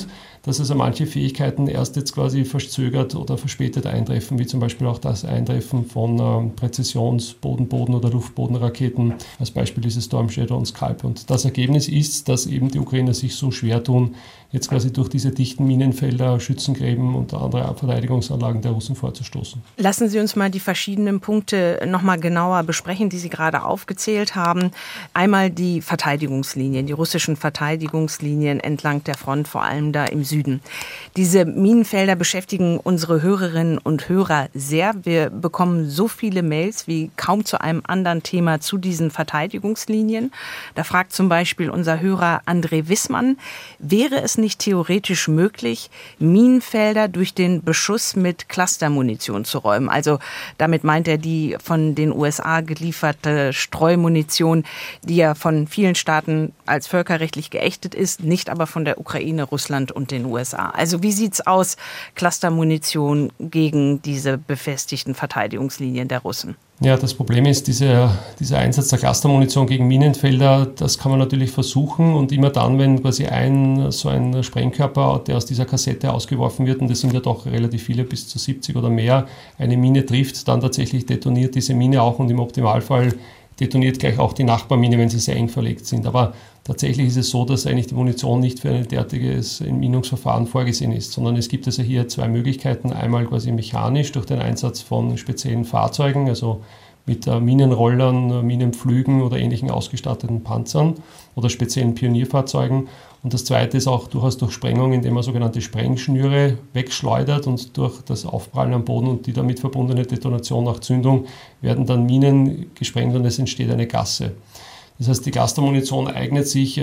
dass also manche Fähigkeiten erst jetzt quasi verzögert oder verspätet eintreffen, wie zum Beispiel auch das Eintreffen von ähm, Präzisions-, Boden-Boden- oder Luftbodenraketen, als Beispiel dieses Storm Shadow und Scalp. Und das Ergebnis ist, dass eben die Ukrainer sich so schwer tun, jetzt quasi durch diese dichten Minenfelder, Schützengräben und andere Verteidigungsanlagen der Russen vorzustoßen.
Lassen Sie uns mal die verschiedenen Punkte nochmal genauer besprechen, die Sie gerade aufgezählt haben. Einmal die Verteidigungslinien, die russischen Verteidigungslinien entlang der Front, vor allem da im Süden. Diese Minenfelder beschäftigen unsere Hörerinnen und Hörer sehr. Wir bekommen so viele Mails wie kaum zu einem anderen Thema zu diesen Verteidigungslinien. Da fragt zum Beispiel unser Hörer André Wissmann, wäre es nicht theoretisch möglich, Minenfelder durch den Beschuss mit Clustermunition zu räumen? Also damit meint er die von den U S A gelieferte Streumunition, die ja von vielen Staaten als völkerrechtlich geächtet ist, nicht aber von der Ukraine, Russland und den U S A. Also wie sieht's aus, Clustermunition gegen diese befestigten Verteidigungslinien der Russen?
Ja, das Problem ist, diese, dieser Einsatz der Clustermunition gegen Minenfelder, das kann man natürlich versuchen und immer dann, wenn quasi ein so ein Sprengkörper, der aus dieser Kassette ausgeworfen wird, und das sind ja doch relativ viele, bis zu siebzig oder mehr, eine Mine trifft, dann tatsächlich detoniert diese Mine auch und im Optimalfall detoniert gleich auch die Nachbarmine, wenn sie sehr eng verlegt sind. Aber tatsächlich ist es so, dass eigentlich die Munition nicht für ein derartiges Entminungsverfahren vorgesehen ist, sondern es gibt also hier zwei Möglichkeiten. Einmal quasi mechanisch durch den Einsatz von speziellen Fahrzeugen, also mit Minenrollern, Minenpflügen oder ähnlichen ausgestatteten Panzern oder speziellen Pionierfahrzeugen. Und das Zweite ist auch durchaus durch Sprengung, indem man sogenannte Sprengschnüre wegschleudert und durch das Aufprallen am Boden und die damit verbundene Detonation nach Zündung werden dann Minen gesprengt und es entsteht eine Gasse. Das heißt, die Clustermunition eignet sich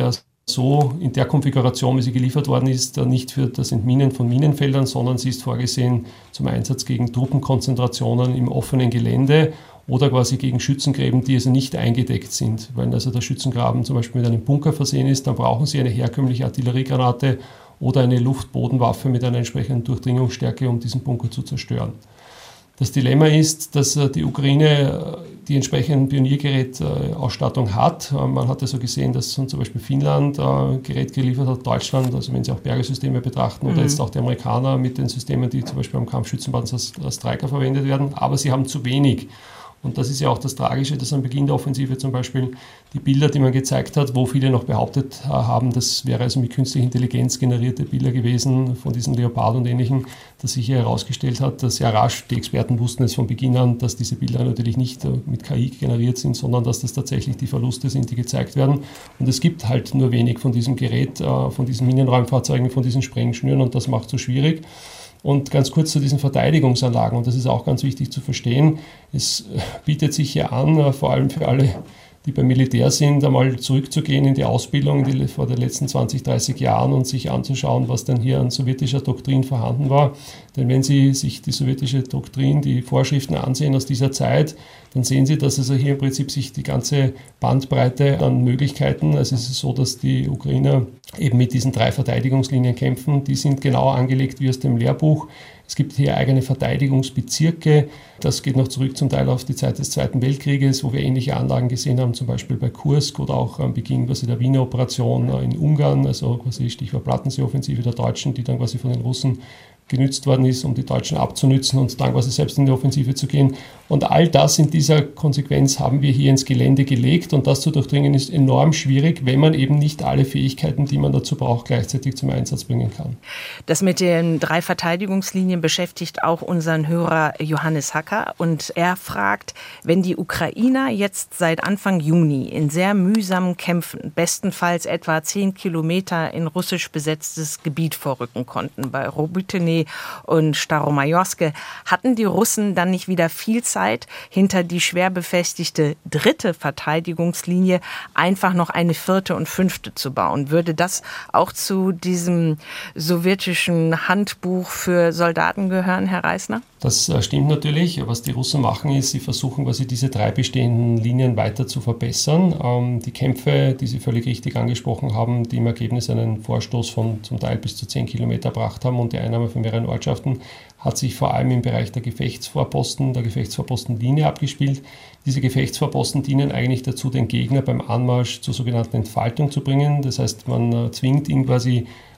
so in der Konfiguration, wie sie geliefert worden ist, nicht für das Entminen von Minenfeldern, sondern sie ist vorgesehen zum Einsatz gegen Truppenkonzentrationen im offenen Gelände oder quasi gegen Schützengräben, die also nicht eingedeckt sind. Wenn also der Schützengraben zum Beispiel mit einem Bunker versehen ist, dann brauchen Sie eine herkömmliche Artilleriegranate oder eine Luftbodenwaffe mit einer entsprechenden Durchdringungsstärke, um diesen Bunker zu zerstören. Das Dilemma ist, dass die Ukraine die entsprechende Pioniergerätausstattung hat. Man hat ja so gesehen, dass zum Beispiel Finnland Gerät geliefert hat, Deutschland, also wenn Sie auch Bergesysteme betrachten, oder mhm. jetzt auch die Amerikaner mit den Systemen, die zum Beispiel am Kampfschützenpanzer Stryker verwendet werden, aber sie haben zu wenig. Und das ist ja auch das Tragische, dass am Beginn der Offensive zum Beispiel die Bilder, die man gezeigt hat, wo viele noch behauptet haben, das wäre also mit künstlicher Intelligenz generierte Bilder gewesen von diesen Leopard und Ähnlichem, dass sich hier herausgestellt hat, dass sehr rasch, die Experten wussten es von Beginn an, dass diese Bilder natürlich nicht mit K I generiert sind, sondern dass das tatsächlich die Verluste sind, die gezeigt werden. Und es gibt halt nur wenig von diesem Gerät, von diesen Minenräumfahrzeugen, von diesen Sprengschnüren und das macht es so schwierig. Und ganz kurz zu diesen Verteidigungsanlagen, und das ist auch ganz wichtig zu verstehen, es bietet sich hier an, vor allem für alle, die beim Militär sind, einmal zurückzugehen in die Ausbildung die vor den letzten zwanzig, dreißig Jahren und sich anzuschauen, was denn hier an sowjetischer Doktrin vorhanden war. Denn wenn Sie sich die sowjetische Doktrin, die Vorschriften ansehen aus dieser Zeit, dann sehen Sie, dass also hier im Prinzip sich die ganze Bandbreite an Möglichkeiten, also es ist so, dass die Ukrainer eben mit diesen drei Verteidigungslinien kämpfen, die sind genau angelegt wie aus dem Lehrbuch. Es gibt hier eigene Verteidigungsbezirke. Das geht noch zurück zum Teil auf die Zeit des Zweiten Weltkrieges, wo wir ähnliche Anlagen gesehen haben, zum Beispiel bei Kursk oder auch am Beginn quasi der Wiener Operation in Ungarn, also quasi Stichwort Plattensee-Offensive der Deutschen, die dann quasi von den Russen genützt worden ist, um die Deutschen abzunützen und dann quasi selbst in die Offensive zu gehen. Und all das in dieser Konsequenz haben wir hier ins Gelände gelegt und das zu durchdringen ist enorm schwierig, wenn man eben nicht alle Fähigkeiten, die man dazu braucht, gleichzeitig zum Einsatz bringen kann.
Das mit den drei Verteidigungslinien beschäftigt auch unseren Hörer Johannes Hacker und er fragt, wenn die Ukrainer jetzt seit Anfang Juni in sehr mühsamen Kämpfen, bestenfalls etwa zehn Kilometer in russisch besetztes Gebiet vorrücken konnten, bei Robytny und Staromajorske, hatten die Russen dann nicht wieder viel Zeit, hinter die schwer befestigte dritte Verteidigungslinie einfach noch eine vierte und fünfte zu bauen? Würde das auch zu diesem sowjetischen Handbuch für Soldaten gehören, Herr Reisner?
Das stimmt natürlich. Was die Russen machen, ist, sie versuchen quasi diese drei bestehenden Linien weiter zu verbessern. Die Kämpfe, die Sie völlig richtig angesprochen haben, die im Ergebnis einen Vorstoß von zum Teil bis zu zehn Kilometer erbracht haben und die Einnahme von mehreren Ortschaften, hat sich vor allem im Bereich der Gefechtsvorposten, der Gefechtsvorpostenlinie abgespielt. Diese Gefechtsvorposten dienen eigentlich dazu, den Gegner beim Anmarsch zur sogenannten Entfaltung zu bringen. Das heißt, man zwingt ihn quasi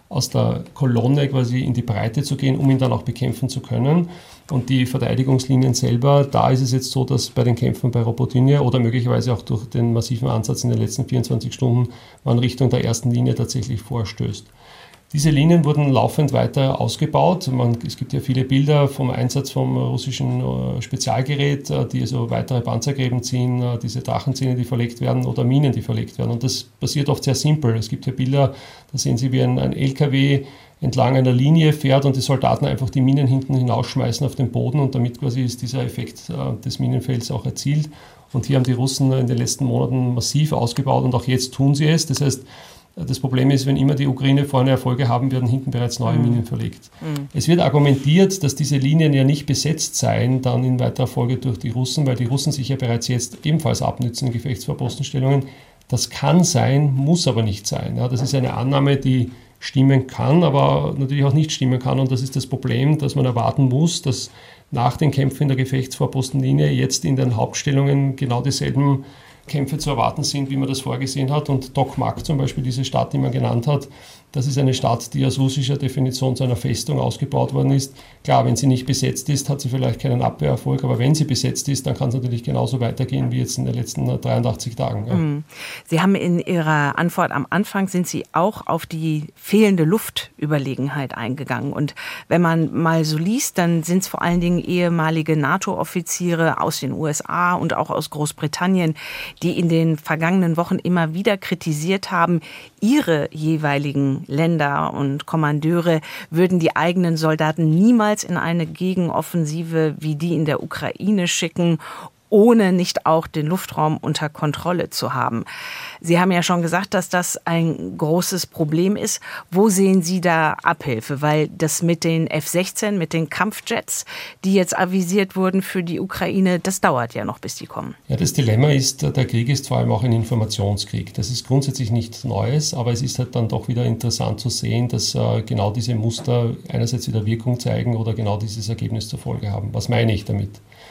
aus der Kolonne quasi in die Breite zu gehen, um ihn dann auch bekämpfen zu können. Und die Verteidigungslinien selber, da ist es jetzt so, dass bei den Kämpfen bei Robotynia oder möglicherweise auch durch den massiven Ansatz in den letzten vierundzwanzig Stunden man Richtung der ersten Linie tatsächlich vorstößt. Diese Linien wurden laufend weiter ausgebaut. Man, es gibt ja viele Bilder vom Einsatz vom russischen äh, Spezialgerät, äh, die also weitere Panzergräben ziehen, äh, diese Drachenzähne, die verlegt werden oder Minen, die verlegt werden. Und das passiert oft sehr simpel. Es gibt ja Bilder, da sehen Sie, wie ein, ein L K W entlang einer Linie fährt und die Soldaten einfach die Minen hinten hinausschmeißen auf den Boden und damit quasi ist dieser Effekt äh, des Minenfelds auch erzielt. Und hier haben die Russen in den letzten Monaten massiv ausgebaut und auch jetzt tun sie es. Das heißt, das Problem ist, wenn immer die Ukraine vorne Erfolge haben, werden hinten bereits neue Minen mhm. verlegt. Mhm. Es wird argumentiert, dass diese Linien ja nicht besetzt seien, dann in weiterer Folge durch die Russen, weil die Russen sich ja bereits jetzt ebenfalls abnützen in Gefechtsvorpostenstellungen. Das kann sein, muss aber nicht sein. Ja, das ist eine Annahme, die stimmen kann, aber natürlich auch nicht stimmen kann. Und das ist das Problem, dass man erwarten muss, dass nach den Kämpfen in der Gefechtsvorpostenlinie jetzt in den Hauptstellungen genau dieselben Kämpfe zu erwarten sind, wie man das vorgesehen hat. Und Tokmak zum Beispiel, diese Stadt, die man genannt hat, das ist eine Stadt, die aus russischer Definition zu einer Festung ausgebaut worden ist. Klar, wenn sie nicht besetzt ist, hat sie vielleicht keinen Abwehrerfolg, aber wenn sie besetzt ist, dann kann es natürlich genauso weitergehen wie jetzt in den letzten dreiundachtzig Tagen. Ja.
Sie haben in Ihrer Antwort am Anfang, sind Sie auch auf die fehlende Luftüberlegenheit eingegangen. Und wenn man mal so liest, dann sind es vor allen Dingen ehemalige NATO-Offiziere aus den U S A und auch aus Großbritannien, die in den vergangenen Wochen immer wieder kritisiert haben, ihre jeweiligen Länder und Kommandeure würden die eigenen Soldaten niemals in eine Gegenoffensive wie die in der Ukraine schicken, ohne nicht auch den Luftraum unter Kontrolle zu haben. Sie haben ja schon gesagt, dass das ein großes Problem ist. Wo sehen Sie da Abhilfe? Weil das mit den F sechzehn, mit den Kampfjets, die jetzt avisiert wurden für die Ukraine, das dauert ja noch, bis die kommen.
Ja, das Dilemma ist, der Krieg ist vor allem auch ein Informationskrieg. Das ist grundsätzlich nichts Neues, aber es ist halt dann doch wieder interessant zu sehen, dass äh, genau diese Muster einerseits wieder Wirkung zeigen oder genau dieses Ergebnis zur Folge haben. Was meine ich damit?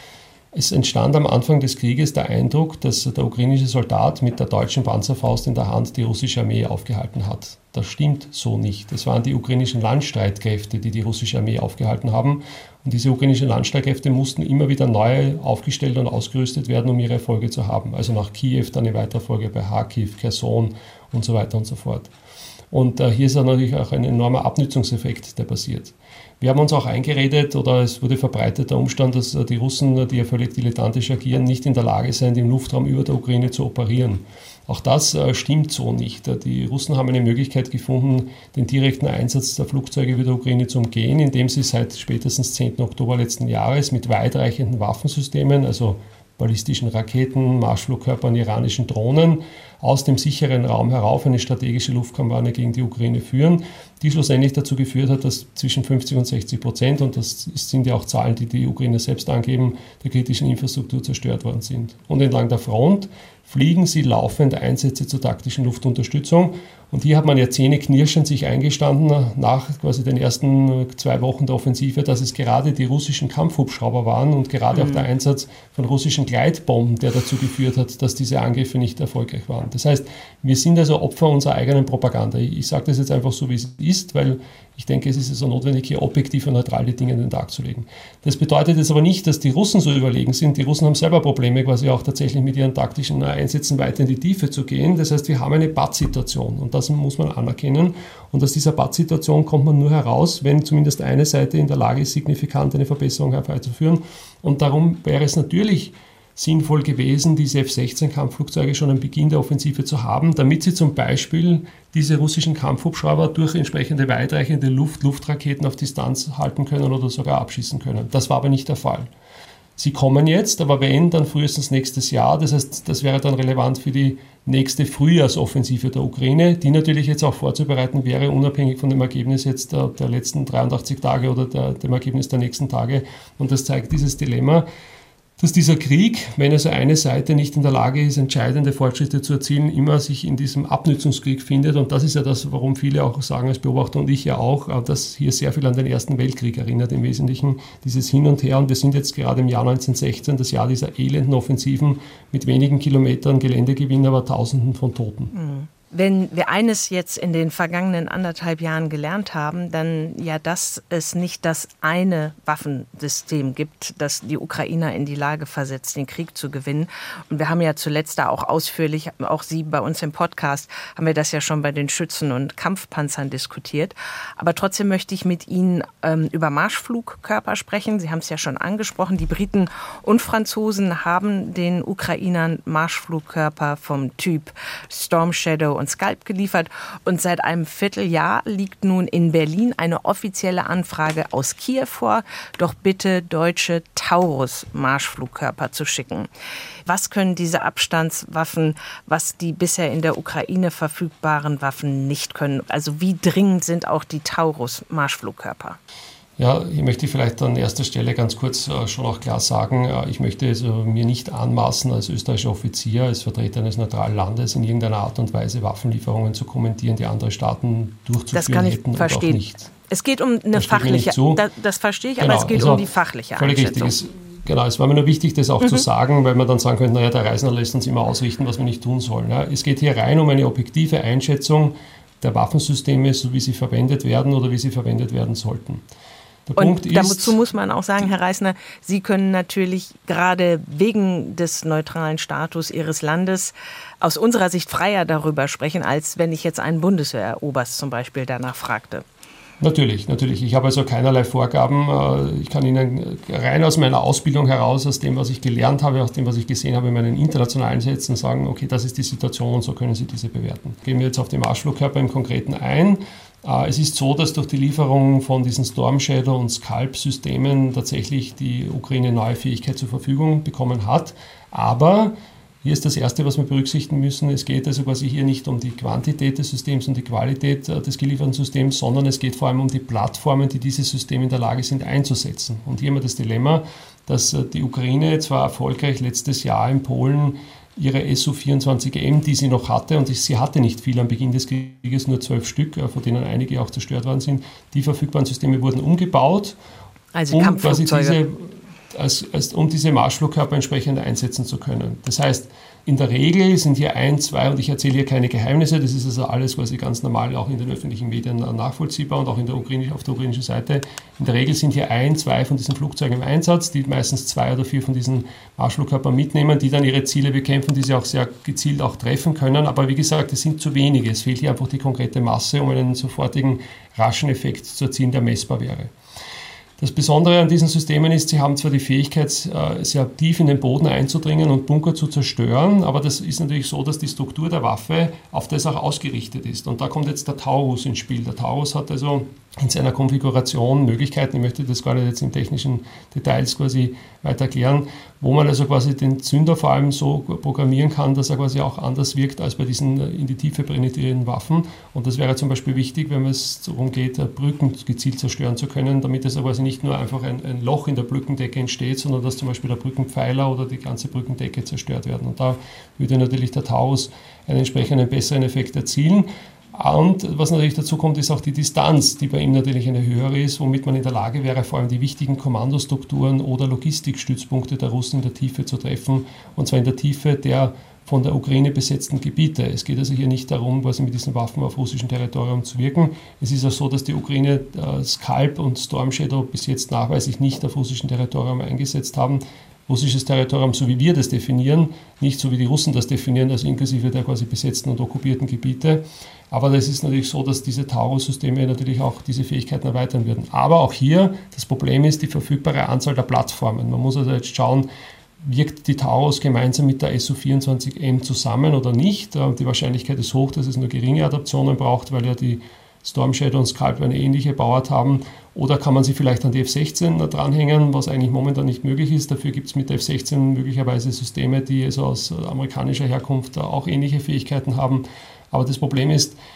Es entstand am Anfang des Krieges der Eindruck, dass der ukrainische Soldat mit der deutschen Panzerfaust in der Hand die russische Armee aufgehalten hat. Das stimmt so nicht. Es waren die ukrainischen Landstreitkräfte, die die russische Armee aufgehalten haben. Und diese ukrainischen Landstreitkräfte mussten immer wieder neu aufgestellt und ausgerüstet werden, um ihre Erfolge zu haben. Also nach Kiew, dann in weiterer Folge bei Kharkiv, Cherson und so weiter und so fort. Und äh, hier ist ja natürlich auch ein enormer Abnützungseffekt, der passiert. Wir haben uns auch eingeredet oder es wurde verbreitet der Umstand, dass die Russen, die ja völlig dilettantisch agieren, nicht in der Lage seien, im Luftraum über der Ukraine zu operieren. Auch das äh, stimmt so nicht. Die Russen haben eine Möglichkeit gefunden, den direkten Einsatz der Flugzeuge über der Ukraine zu umgehen, indem sie seit spätestens zehnten Oktober letzten Jahres mit weitreichenden Waffensystemen, also ballistischen Raketen, Marschflugkörpern, iranischen Drohnen, aus dem sicheren Raum herauf eine strategische Luftkampagne gegen die Ukraine führen, die schlussendlich dazu geführt hat, dass zwischen fünfzig und sechzig Prozent, und das sind ja auch Zahlen, die die Ukrainer selbst angeben, der kritischen Infrastruktur zerstört worden sind. Und entlang der Front fliegen sie laufend Einsätze zur taktischen Luftunterstützung. Und hier hat man ja zähneknirschend sich eingestanden, nach quasi den ersten zwei Wochen der Offensive, dass es gerade die russischen Kampfhubschrauber waren und gerade mhm. auch der Einsatz von russischen Gleitbomben, der dazu geführt hat, dass diese Angriffe nicht erfolgreich waren. Das heißt, wir sind also Opfer unserer eigenen Propaganda. Ich, ich sage das jetzt einfach so, wie es ist, weil ich denke, es ist also notwendig, hier objektiv und neutral die Dinge in den Tag zu legen. Das bedeutet jetzt aber nicht, dass die Russen so überlegen sind. Die Russen haben selber Probleme, quasi auch tatsächlich mit ihren taktischen Einsätzen weiter in die Tiefe zu gehen. Das heißt, wir haben eine Pattsituation und das muss man anerkennen. Und aus dieser Pattsituation kommt man nur heraus, wenn zumindest eine Seite in der Lage ist, signifikant eine Verbesserung herbeizuführen. Und darum wäre es natürlich sinnvoll gewesen, diese F sechzehn Kampfflugzeuge schon am Beginn der Offensive zu haben, damit sie zum Beispiel diese russischen Kampfhubschrauber durch entsprechende weitreichende Luft, Luftraketen auf Distanz halten können oder sogar abschießen können. Das war aber nicht der Fall. Sie kommen jetzt, aber wenn, dann frühestens nächstes Jahr. Das heißt, das wäre dann relevant für die nächste Frühjahrsoffensive der Ukraine, die natürlich jetzt auch vorzubereiten wäre, unabhängig von dem Ergebnis jetzt der, der letzten dreiundachtzig Tage oder der, dem Ergebnis der nächsten Tage. Und das zeigt dieses Dilemma, dass dieser Krieg, wenn also eine Seite nicht in der Lage ist, entscheidende Fortschritte zu erzielen, immer sich in diesem Abnützungskrieg findet. Und das ist ja das, warum viele auch sagen als Beobachter und ich ja auch, dass hier sehr viel an den Ersten Weltkrieg erinnert, im Wesentlichen dieses Hin und Her. Und wir sind jetzt gerade im Jahr neunzehnhundertsechzehn, das Jahr dieser elenden Offensiven mit wenigen Kilometern Geländegewinn, aber Tausenden von Toten.
Wenn wir eines jetzt in den vergangenen anderthalb Jahren gelernt haben, dann ja, dass es nicht das eine Waffensystem gibt, das die Ukrainer in die Lage versetzt, den Krieg zu gewinnen. Und wir haben ja zuletzt da auch ausführlich, auch Sie bei uns im Podcast, haben wir das ja schon bei den Schützen und Kampfpanzern diskutiert. Aber trotzdem möchte ich mit Ihnen ähm, über Marschflugkörper sprechen. Sie haben es ja schon angesprochen. Die Briten und Franzosen haben den Ukrainern Marschflugkörper vom Typ Storm Shadow und Scalp geliefert. Und seit einem Vierteljahr liegt nun in Berlin eine offizielle Anfrage aus Kiew vor, doch bitte deutsche Taurus-Marschflugkörper zu schicken. Was können diese Abstandswaffen, was die bisher in der Ukraine verfügbaren Waffen nicht können? Also wie dringend sind auch die Taurus-Marschflugkörper?
Ja, ich möchte vielleicht an erster Stelle ganz kurz äh, schon auch klar sagen, äh, ich möchte also mir nicht anmaßen, als österreichischer Offizier, als Vertreter eines neutralen Landes in irgendeiner Art und Weise Waffenlieferungen zu kommentieren, die andere Staaten durchzuführen
das kann ich
hätten
verstehen.
Und auch nicht.
Es geht um eine fachliche, das, das verstehe ich,
genau,
aber es geht
also
um die fachliche
völlig
Einschätzung.
Richtig. Es, genau, es war mir nur wichtig, das auch mhm. zu sagen, weil man dann sagen könnte, naja, der Reisner lässt uns immer ausrichten, was wir nicht tun sollen. Ja, es geht hier rein um eine objektive Einschätzung der Waffensysteme, so wie sie verwendet werden oder wie sie verwendet werden sollten. Der
Und
Punkt ist,
dazu muss man auch sagen, Herr Reisner, Sie können natürlich gerade wegen des neutralen Status Ihres Landes aus unserer Sicht freier darüber sprechen, als wenn ich jetzt einen Bundeswehroberst zum Beispiel danach fragte.
Natürlich, natürlich. Ich habe also keinerlei Vorgaben. Ich kann Ihnen rein aus meiner Ausbildung heraus, aus dem, was ich gelernt habe, aus dem, was ich gesehen habe in meinen internationalen Sätzen, sagen, okay, das ist die Situation und so können Sie diese bewerten. Gehen wir jetzt auf die Marschflugkörper im Konkreten ein. Es ist so, dass durch die Lieferung von diesen Storm Shadow und Scalp-Systemen tatsächlich die Ukraine neue Fähigkeit zur Verfügung bekommen hat. Aber hier ist das Erste, was wir berücksichtigen müssen. Es geht also quasi hier nicht um die Quantität des Systems und die Qualität des gelieferten Systems, sondern es geht vor allem um die Plattformen, die dieses System in der Lage sind einzusetzen. Und hier haben wir das Dilemma, dass die Ukraine zwar erfolgreich letztes Jahr in Polen ihre S U vierundzwanzig M, die sie noch hatte, und sie hatte nicht viel am Beginn des Krieges, nur zwölf Stück, von denen einige auch zerstört worden sind. Die verfügbaren Systeme wurden umgebaut,
also
um,
Kampfflugzeuge.
quasi diese, als, als, um diese Marschflugkörper entsprechend einsetzen zu können. Das heißt, in der Regel sind hier ein, zwei, und ich erzähle hier keine Geheimnisse, das ist also alles quasi ganz normal, auch in den öffentlichen Medien nachvollziehbar und auch in der Ukraine, auf der ukrainischen Seite. In der Regel sind hier ein, zwei von diesen Flugzeugen im Einsatz, die meistens zwei oder vier von diesen Marschflugkörpern mitnehmen, die dann ihre Ziele bekämpfen, die sie auch sehr gezielt auch treffen können. Aber wie gesagt, es sind zu wenige. Es fehlt hier einfach die konkrete Masse, um einen sofortigen, raschen Effekt zu erzielen, der messbar wäre. Das Besondere an diesen Systemen ist, sie haben zwar die Fähigkeit, sehr tief in den Boden einzudringen und Bunker zu zerstören, aber das ist natürlich so, dass die Struktur der Waffe auf das auch ausgerichtet ist. Und da kommt jetzt der Taurus ins Spiel. Der Taurus hat also in seiner Konfiguration Möglichkeiten, ich möchte das gar nicht jetzt in technischen Details quasi weiter erklären, wo man also quasi den Zünder vor allem so programmieren kann, dass er quasi auch anders wirkt als bei diesen in die Tiefe penetrierenden Waffen. Und das wäre zum Beispiel wichtig, wenn es darum geht, Brücken gezielt zerstören zu können, damit es quasi nicht nur einfach ein, ein Loch in der Brückendecke entsteht, sondern dass zum Beispiel der Brückenpfeiler oder die ganze Brückendecke zerstört werden. Und da würde natürlich der Taurus einen entsprechenden besseren Effekt erzielen. Und was natürlich dazu kommt, ist auch die Distanz, die bei ihm natürlich eine höhere ist, womit man in der Lage wäre, vor allem die wichtigen Kommandostrukturen oder Logistikstützpunkte der Russen in der Tiefe zu treffen, und zwar in der Tiefe der von der Ukraine besetzten Gebiete. Es geht also hier nicht darum, quasi mit diesen Waffen auf russischem Territorium zu wirken. Es ist auch so, dass die Ukraine äh, Scalp und Storm Shadow bis jetzt nachweislich nicht auf russischem Territorium eingesetzt haben. Russisches Territorium, so wie wir das definieren, nicht so wie die Russen das definieren, also inklusive der quasi besetzten und okkupierten Gebiete. Aber es ist natürlich so, dass diese Taurus-Systeme natürlich auch diese Fähigkeiten erweitern würden. Aber auch hier, das Problem ist die verfügbare Anzahl der Plattformen. Man muss also jetzt schauen, wirkt die Taurus gemeinsam mit der S U vierundzwanzig M zusammen oder nicht. Die Wahrscheinlichkeit ist hoch, dass es nur geringe Adaptionen braucht, weil ja die Storm Shadow und Scalp eine ähnliche Bauart haben. Oder kann man sie vielleicht an die F sechzehn dranhängen, was eigentlich momentan nicht möglich ist. Dafür gibt es mit der F sechzehn möglicherweise Systeme, die also aus amerikanischer Herkunft auch ähnliche Fähigkeiten haben. Aber das Problem ist,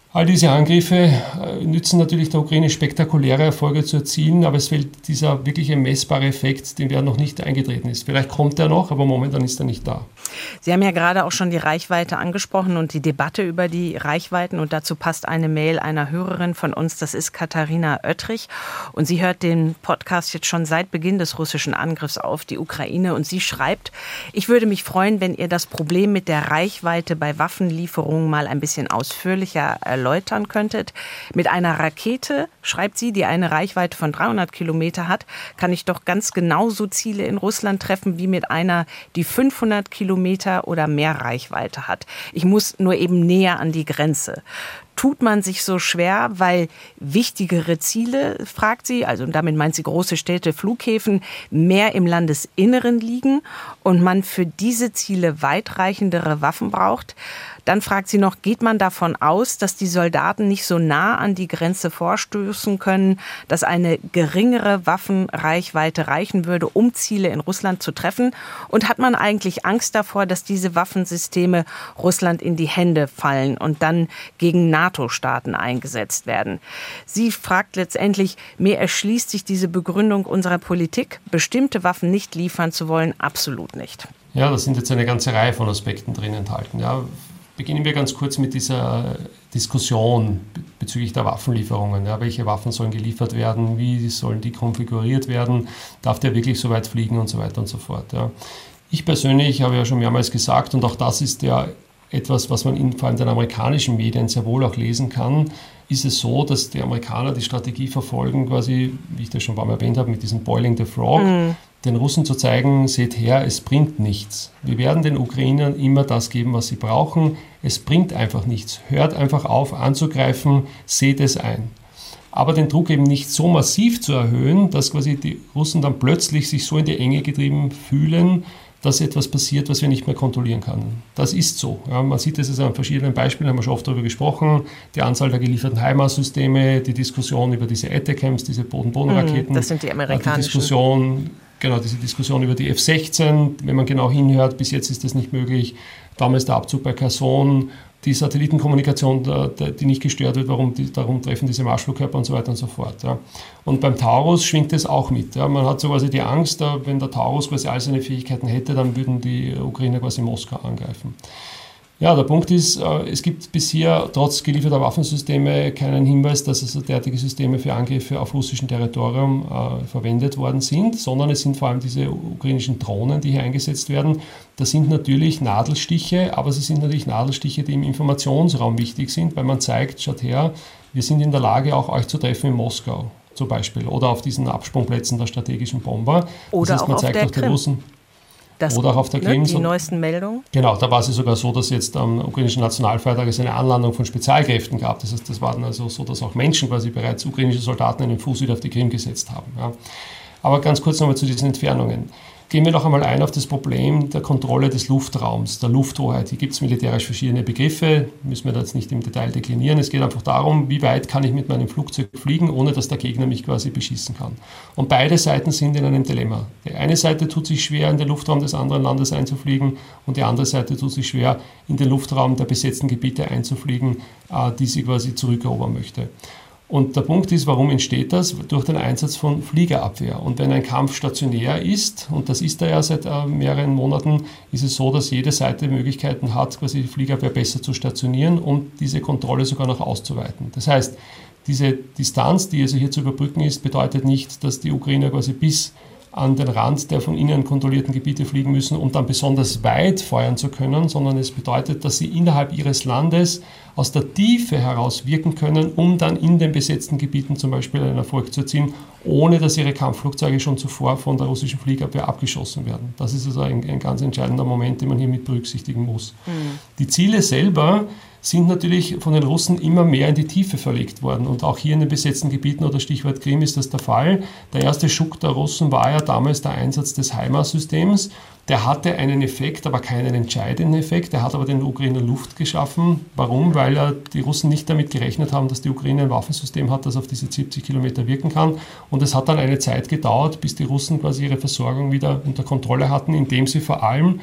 All diese Angriffe nützen natürlich der Ukraine spektakuläre Erfolge zu erzielen, aber es fehlt dieser wirkliche messbare Effekt, den noch nicht eingetreten ist. Vielleicht kommt er noch, aber momentan ist er nicht da.
Sie haben ja gerade auch schon die Reichweite angesprochen und die Debatte über die Reichweiten. Und dazu passt eine Mail einer Hörerin von uns, das ist Katharina Oettrich. Und sie hört den Podcast jetzt schon seit Beginn des russischen Angriffs auf die Ukraine. Und sie schreibt, ich würde mich freuen, wenn ihr das Problem mit der Reichweite bei Waffenlieferungen mal ein bisschen ausführlicher erläutern könntet. Mit einer Rakete, schreibt sie, die eine Reichweite von dreihundert Kilometer hat, kann ich doch ganz genauso Ziele in Russland treffen wie mit einer, die fünfhundert Kilometer oder mehr Reichweite hat. Ich muss nur eben näher an die Grenze. Tut man sich so schwer, weil wichtigere Ziele, fragt sie, also damit meint sie große Städte, Flughäfen, mehr im Landesinneren liegen und man für diese Ziele weitreichendere Waffen braucht? Dann fragt sie noch, geht man davon aus, dass die Soldaten nicht so nah an die Grenze vorstoßen können, dass eine geringere Waffenreichweite reichen würde, um Ziele in Russland zu treffen? Und hat man eigentlich Angst davor, dass diese Waffensysteme Russland in die Hände fallen und dann gegen NATO-Staaten eingesetzt werden? Sie fragt letztendlich, mir erschließt sich diese Begründung unserer Politik, bestimmte Waffen nicht liefern zu wollen, absolut nicht.
Ja, da sind jetzt eine ganze Reihe von Aspekten drin enthalten. Ja. Beginnen wir ganz kurz mit dieser Diskussion bezüglich der Waffenlieferungen. Ja, welche Waffen sollen geliefert werden? Wie sollen die konfiguriert werden? Darf der wirklich so weit fliegen und so weiter und so fort? Ja. Ich persönlich habe ja schon mehrmals gesagt, und auch das ist ja etwas, was man in vor allem den amerikanischen Medien sehr wohl auch lesen kann, ist es so, dass die Amerikaner die Strategie verfolgen, quasi, wie ich das schon ein paar Mal erwähnt habe, mit diesem Boiling the Frog, mhm. den Russen zu zeigen, seht her, es bringt nichts. Wir werden den Ukrainern immer das geben, was sie brauchen. Es bringt einfach nichts. Hört einfach auf, anzugreifen, seht es ein. Aber den Druck eben nicht so massiv zu erhöhen, dass quasi die Russen dann plötzlich sich so in die Enge getrieben fühlen, dass etwas passiert, was wir nicht mehr kontrollieren können. Das ist so. Ja, man sieht das also an verschiedenen Beispielen, haben wir schon oft darüber gesprochen. Die Anzahl der gelieferten HIMARS-Systeme, die Diskussion über diese ATACMS, diese Boden-Boden-Raketen.
Das sind die amerikanischen.
Die Diskussion, genau, diese Diskussion über die F sechzehn, wenn man genau hinhört, bis jetzt ist das nicht möglich. Damals der Abzug bei Kherson, die Satellitenkommunikation, die nicht gestört wird, warum die, darum treffen diese Marschflugkörper und so weiter und so fort. Ja. Und beim Taurus schwingt es auch mit. Ja. Man hat so quasi die Angst, wenn der Taurus quasi all seine Fähigkeiten hätte, dann würden die Ukrainer quasi Moskau angreifen. Ja, der Punkt ist, es gibt bisher trotz gelieferter Waffensysteme keinen Hinweis, dass also derartige Systeme für Angriffe auf russischem Territorium äh, verwendet worden sind, sondern es sind vor allem diese ukrainischen Drohnen, die hier eingesetzt werden. Das sind natürlich Nadelstiche, aber sie sind natürlich Nadelstiche, die im Informationsraum wichtig sind, weil man zeigt, schaut her, wir sind in der Lage, auch euch zu treffen in Moskau zum Beispiel oder auf diesen Absprungplätzen der strategischen Bomber.
Oder das heißt, man auch zeigt auf der Krim. Russen, Das,
Oder auch auf der Krim.
Ne, die neuesten Meldungen.
Genau, da war es sogar so, dass jetzt am ukrainischen Nationalfeiertag es eine Anlandung von Spezialkräften gab. Das heißt, das war dann also so, dass auch Menschen quasi bereits ukrainische Soldaten einen Fuß wieder auf die Krim gesetzt haben. Ja. Aber ganz kurz nochmal zu diesen Entfernungen. Gehen wir noch einmal ein auf das Problem der Kontrolle des Luftraums, der Lufthoheit. Hier gibt es militärisch verschiedene Begriffe, müssen wir da jetzt nicht im Detail deklinieren. Es geht einfach darum, wie weit kann ich mit meinem Flugzeug fliegen, ohne dass der Gegner mich quasi beschießen kann. Und beide Seiten sind in einem Dilemma. Die eine Seite tut sich schwer, in den Luftraum des anderen Landes einzufliegen und die andere Seite tut sich schwer, in den Luftraum der besetzten Gebiete einzufliegen, die sie quasi zurückerobern möchte. Und der Punkt ist, warum entsteht das? Durch den Einsatz von Fliegerabwehr. Und wenn ein Kampf stationär ist, und das ist er ja seit äh, mehreren Monaten, ist es so, dass jede Seite Möglichkeiten hat, quasi die Fliegerabwehr besser zu stationieren und diese Kontrolle sogar noch auszuweiten. Das heißt, diese Distanz, die also hier zu überbrücken ist, bedeutet nicht, dass die Ukrainer quasi bis an den Rand der von ihnen kontrollierten Gebiete fliegen müssen, um dann besonders weit feuern zu können, sondern es bedeutet, dass sie innerhalb ihres Landes aus der Tiefe heraus wirken können, um dann in den besetzten Gebieten zum Beispiel einen Erfolg zu erzielen, ohne dass ihre Kampfflugzeuge schon zuvor von der russischen Fliegerabwehr abgeschossen werden. Das ist also ein, ein ganz entscheidender Moment, den man hier mit berücksichtigen muss. Mhm. Die Ziele selber sind natürlich von den Russen immer mehr in die Tiefe verlegt worden. Und auch hier in den besetzten Gebieten oder Stichwort Krim ist das der Fall. Der erste Schuck der Russen war ja damals der Einsatz des HIMARS-Systems. Der hatte einen Effekt, aber keinen entscheidenden Effekt. Der hat aber den Ukrainern Luft geschaffen. Warum? Weil ja die Russen nicht damit gerechnet haben, dass die Ukraine ein Waffensystem hat, das auf diese siebzig Kilometer wirken kann. Und es hat dann eine Zeit gedauert, bis die Russen quasi ihre Versorgung wieder unter Kontrolle hatten, indem sie vor allem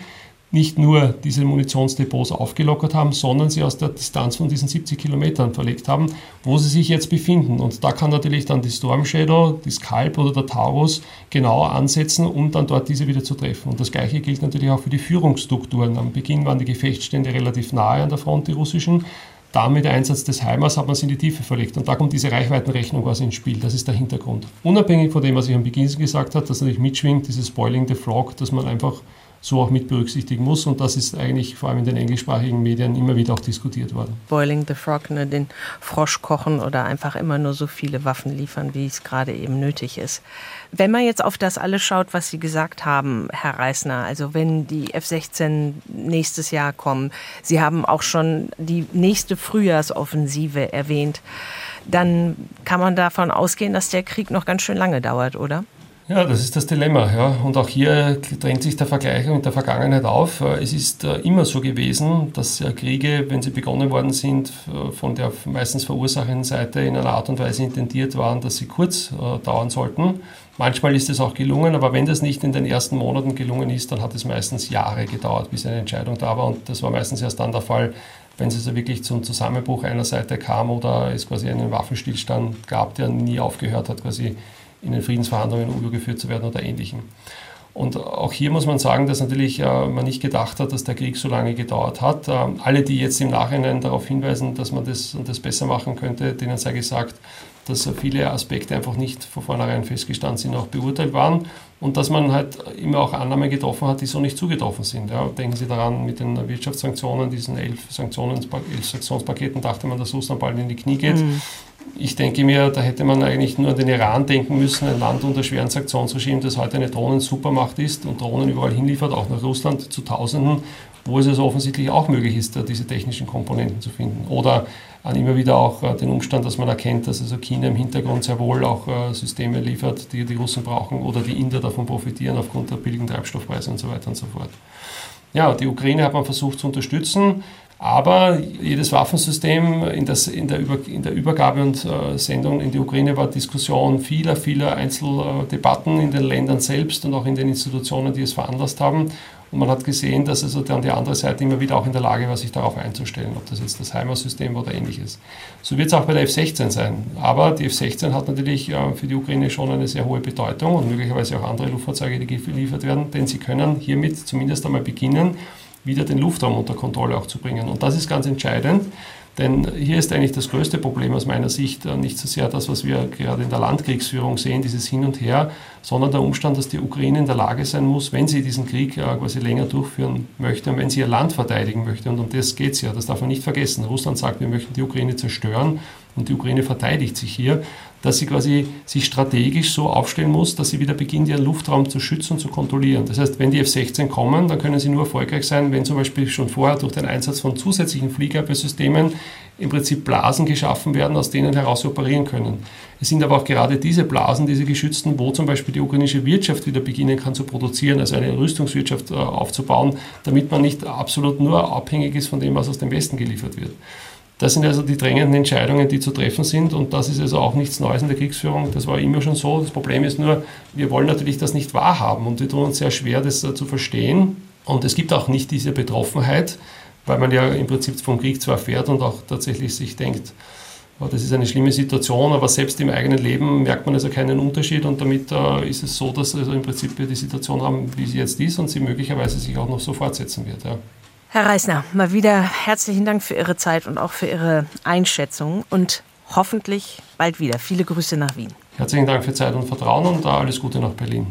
nicht nur diese Munitionsdepots aufgelockert haben, sondern sie aus der Distanz von diesen siebzig Kilometern verlegt haben, wo sie sich jetzt befinden. Und da kann natürlich dann die Storm Shadow, die Scalp oder der Taurus genauer ansetzen, um dann dort diese wieder zu treffen. Und das Gleiche gilt natürlich auch für die Führungsstrukturen. Am Beginn waren die Gefechtsstände relativ nahe an der Front, die russischen. Dann mit dem Einsatz des HIMARS hat man sie in die Tiefe verlegt. Und da kommt diese Reichweitenrechnung quasi ins Spiel. Das ist der Hintergrund. Unabhängig von dem, was ich am Beginn gesagt habe, dass natürlich mitschwingt, dieses Spoiling the Frog, dass man einfach so auch mit berücksichtigen muss. Und das ist eigentlich vor allem in den englischsprachigen Medien immer wieder auch diskutiert worden.
Boiling the Frog, ne, den Frosch kochen oder einfach immer nur so viele Waffen liefern, wie es gerade eben nötig ist. Wenn man jetzt auf das alles schaut, was Sie gesagt haben, Herr Reisner, also wenn die F sechzehn nächstes Jahr kommen, Sie haben auch schon die nächste Frühjahrsoffensive erwähnt, dann kann man davon ausgehen, dass der Krieg noch ganz schön lange dauert, oder?
Ja, das ist das Dilemma. Ja. Und auch hier drängt sich der Vergleich mit der Vergangenheit auf. Es ist immer so gewesen, dass Kriege, wenn sie begonnen worden sind, von der meistens verursachenden Seite in einer Art und Weise intendiert waren, dass sie kurz dauern sollten. Manchmal ist es auch gelungen, aber wenn das nicht in den ersten Monaten gelungen ist, dann hat es meistens Jahre gedauert, bis eine Entscheidung da war. Und das war meistens erst dann der Fall, wenn es also wirklich zum Zusammenbruch einer Seite kam oder es quasi einen Waffenstillstand gab, der nie aufgehört hat, quasi in den Friedensverhandlungen übergeführt zu werden oder Ähnlichem. Und auch hier muss man sagen, dass natürlich äh, man nicht gedacht hat, dass der Krieg so lange gedauert hat. Ähm, alle, die jetzt im Nachhinein darauf hinweisen, dass man das und das besser machen könnte, denen sei gesagt, dass viele Aspekte einfach nicht von vornherein festgestanden sind, auch beurteilt waren und dass man halt immer auch Annahmen getroffen hat, die so nicht zugetroffen sind. Ja, denken Sie daran, mit den Wirtschaftssanktionen, diesen elf, Sanktionen, elf Sanktionspaketen, dachte man, dass Russland bald in die Knie geht. Mhm. Ich denke mir, da hätte man eigentlich nur an den Iran denken müssen, ein Land unter schweren Sanktionsregime, das heute eine Drohnen-Supermacht ist und Drohnen überall hinliefert, auch nach Russland zu Tausenden, wo es also offensichtlich auch möglich ist, diese technischen Komponenten zu finden. Oder an immer wieder auch den Umstand, dass man erkennt, dass also China im Hintergrund sehr wohl auch Systeme liefert, die die Russen brauchen oder die Inder davon profitieren aufgrund der billigen Treibstoffpreise und so weiter und so fort. Ja, die Ukraine hat man versucht zu unterstützen. Aber jedes Waffensystem in, das, in, der, Über, in der Übergabe und äh, Sendung in die Ukraine war Diskussion vieler, vieler Einzeldebatten in den Ländern selbst und auch in den Institutionen, die es veranlasst haben. Und man hat gesehen, dass also dann die andere Seite immer wieder auch in der Lage war, sich darauf einzustellen, ob das jetzt das HIMARS-System war oder ähnliches. So wird es auch bei der F sechzehn sein. Aber die F sechzehn hat natürlich äh, für die Ukraine schon eine sehr hohe Bedeutung und möglicherweise auch andere Luftfahrzeuge, die geliefert werden, denn sie können hiermit zumindest einmal beginnen, wieder den Luftraum unter Kontrolle auch zu bringen. Und das ist ganz entscheidend, denn hier ist eigentlich das größte Problem aus meiner Sicht nicht so sehr das, was wir gerade in der Landkriegsführung sehen, dieses Hin und Her, sondern der Umstand, dass die Ukraine in der Lage sein muss, wenn sie diesen Krieg quasi länger durchführen möchte und wenn sie ihr Land verteidigen möchte, und um das geht es ja, das darf man nicht vergessen. Russland sagt, wir möchten die Ukraine zerstören und die Ukraine verteidigt sich hier, dass sie quasi sich strategisch so aufstellen muss, dass sie wieder beginnt, ihren Luftraum zu schützen und zu kontrollieren. Das heißt, wenn die F sechzehn kommen, dann können sie nur erfolgreich sein, wenn zum Beispiel schon vorher durch den Einsatz von zusätzlichen Fliegerabwehrsystemen im Prinzip Blasen geschaffen werden, aus denen heraus sie operieren können. Es sind aber auch gerade diese Blasen, diese geschützten, wo zum Beispiel die ukrainische Wirtschaft wieder beginnen kann zu produzieren, also eine Rüstungswirtschaft äh, aufzubauen, damit man nicht absolut nur abhängig ist von dem, was aus dem Westen geliefert wird. Das sind also die drängenden Entscheidungen, die zu treffen sind, und das ist also auch nichts Neues in der Kriegsführung. Das war immer schon so. Das Problem ist nur, wir wollen natürlich das nicht wahrhaben und wir tun uns sehr schwer, das uh, zu verstehen. Und es gibt auch nicht diese Betroffenheit, weil man ja im Prinzip vom Krieg zwar erfährt und auch tatsächlich sich denkt, oh, das ist eine schlimme Situation, aber selbst im eigenen Leben merkt man also keinen Unterschied, und damit uh, ist es so, dass also im Prinzip wir die Situation haben, wie sie jetzt ist und sie möglicherweise sich auch noch so fortsetzen wird. Ja.
Herr Reisner, mal wieder herzlichen Dank für Ihre Zeit und auch für Ihre Einschätzung und hoffentlich bald wieder. Viele Grüße nach Wien.
Herzlichen Dank für Zeit und Vertrauen und alles Gute nach Berlin.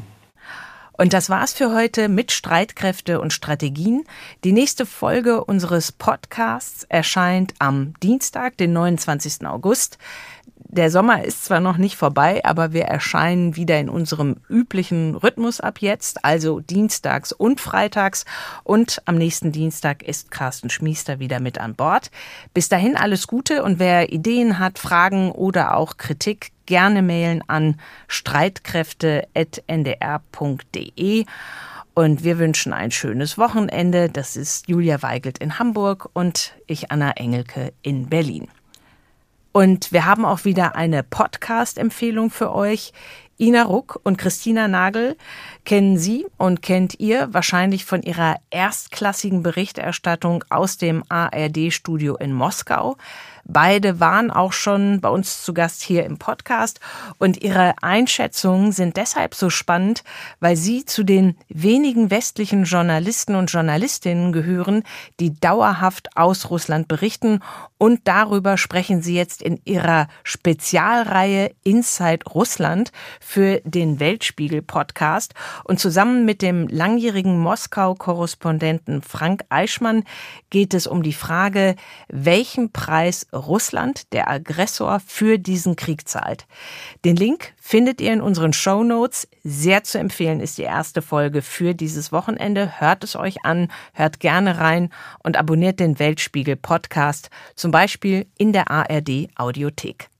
Und das war's für heute mit Streitkräfte und Strategien. Die nächste Folge unseres Podcasts erscheint am Dienstag, den neunundzwanzigsten August. Der Sommer ist zwar noch nicht vorbei, aber wir erscheinen wieder in unserem üblichen Rhythmus ab jetzt, also dienstags und freitags. Und am nächsten Dienstag ist Carsten Schmiester wieder mit an Bord. Bis dahin alles Gute, und wer Ideen hat, Fragen oder auch Kritik, gerne mailen an streitkräfte at n d r punkt d e. Und wir wünschen ein schönes Wochenende. Das ist Julia Weigelt in Hamburg und ich, Anna Engelke, in Berlin. Und wir haben auch wieder eine Podcast-Empfehlung für euch. Ina Ruck und Christina Nagel kennen Sie und kennt ihr wahrscheinlich von ihrer erstklassigen Berichterstattung aus dem A R D-Studio in Moskau. Beide waren auch schon bei uns zu Gast hier im Podcast und ihre Einschätzungen sind deshalb so spannend, weil sie zu den wenigen westlichen Journalisten und Journalistinnen gehören, die dauerhaft aus Russland berichten, und darüber sprechen sie jetzt in ihrer Spezialreihe Inside Russland für den Weltspiegel-Podcast. Und zusammen mit dem langjährigen Moskau-Korrespondenten Frank Eichmann geht es um die Frage, welchen Preis Russland, der Aggressor, für diesen Krieg zahlt. Den Link findet ihr in unseren Shownotes. Sehr zu empfehlen ist die erste Folge für dieses Wochenende. Hört es euch an, hört gerne rein und abonniert den Weltspiegel-Podcast, zum Beispiel in der A R D-Audiothek.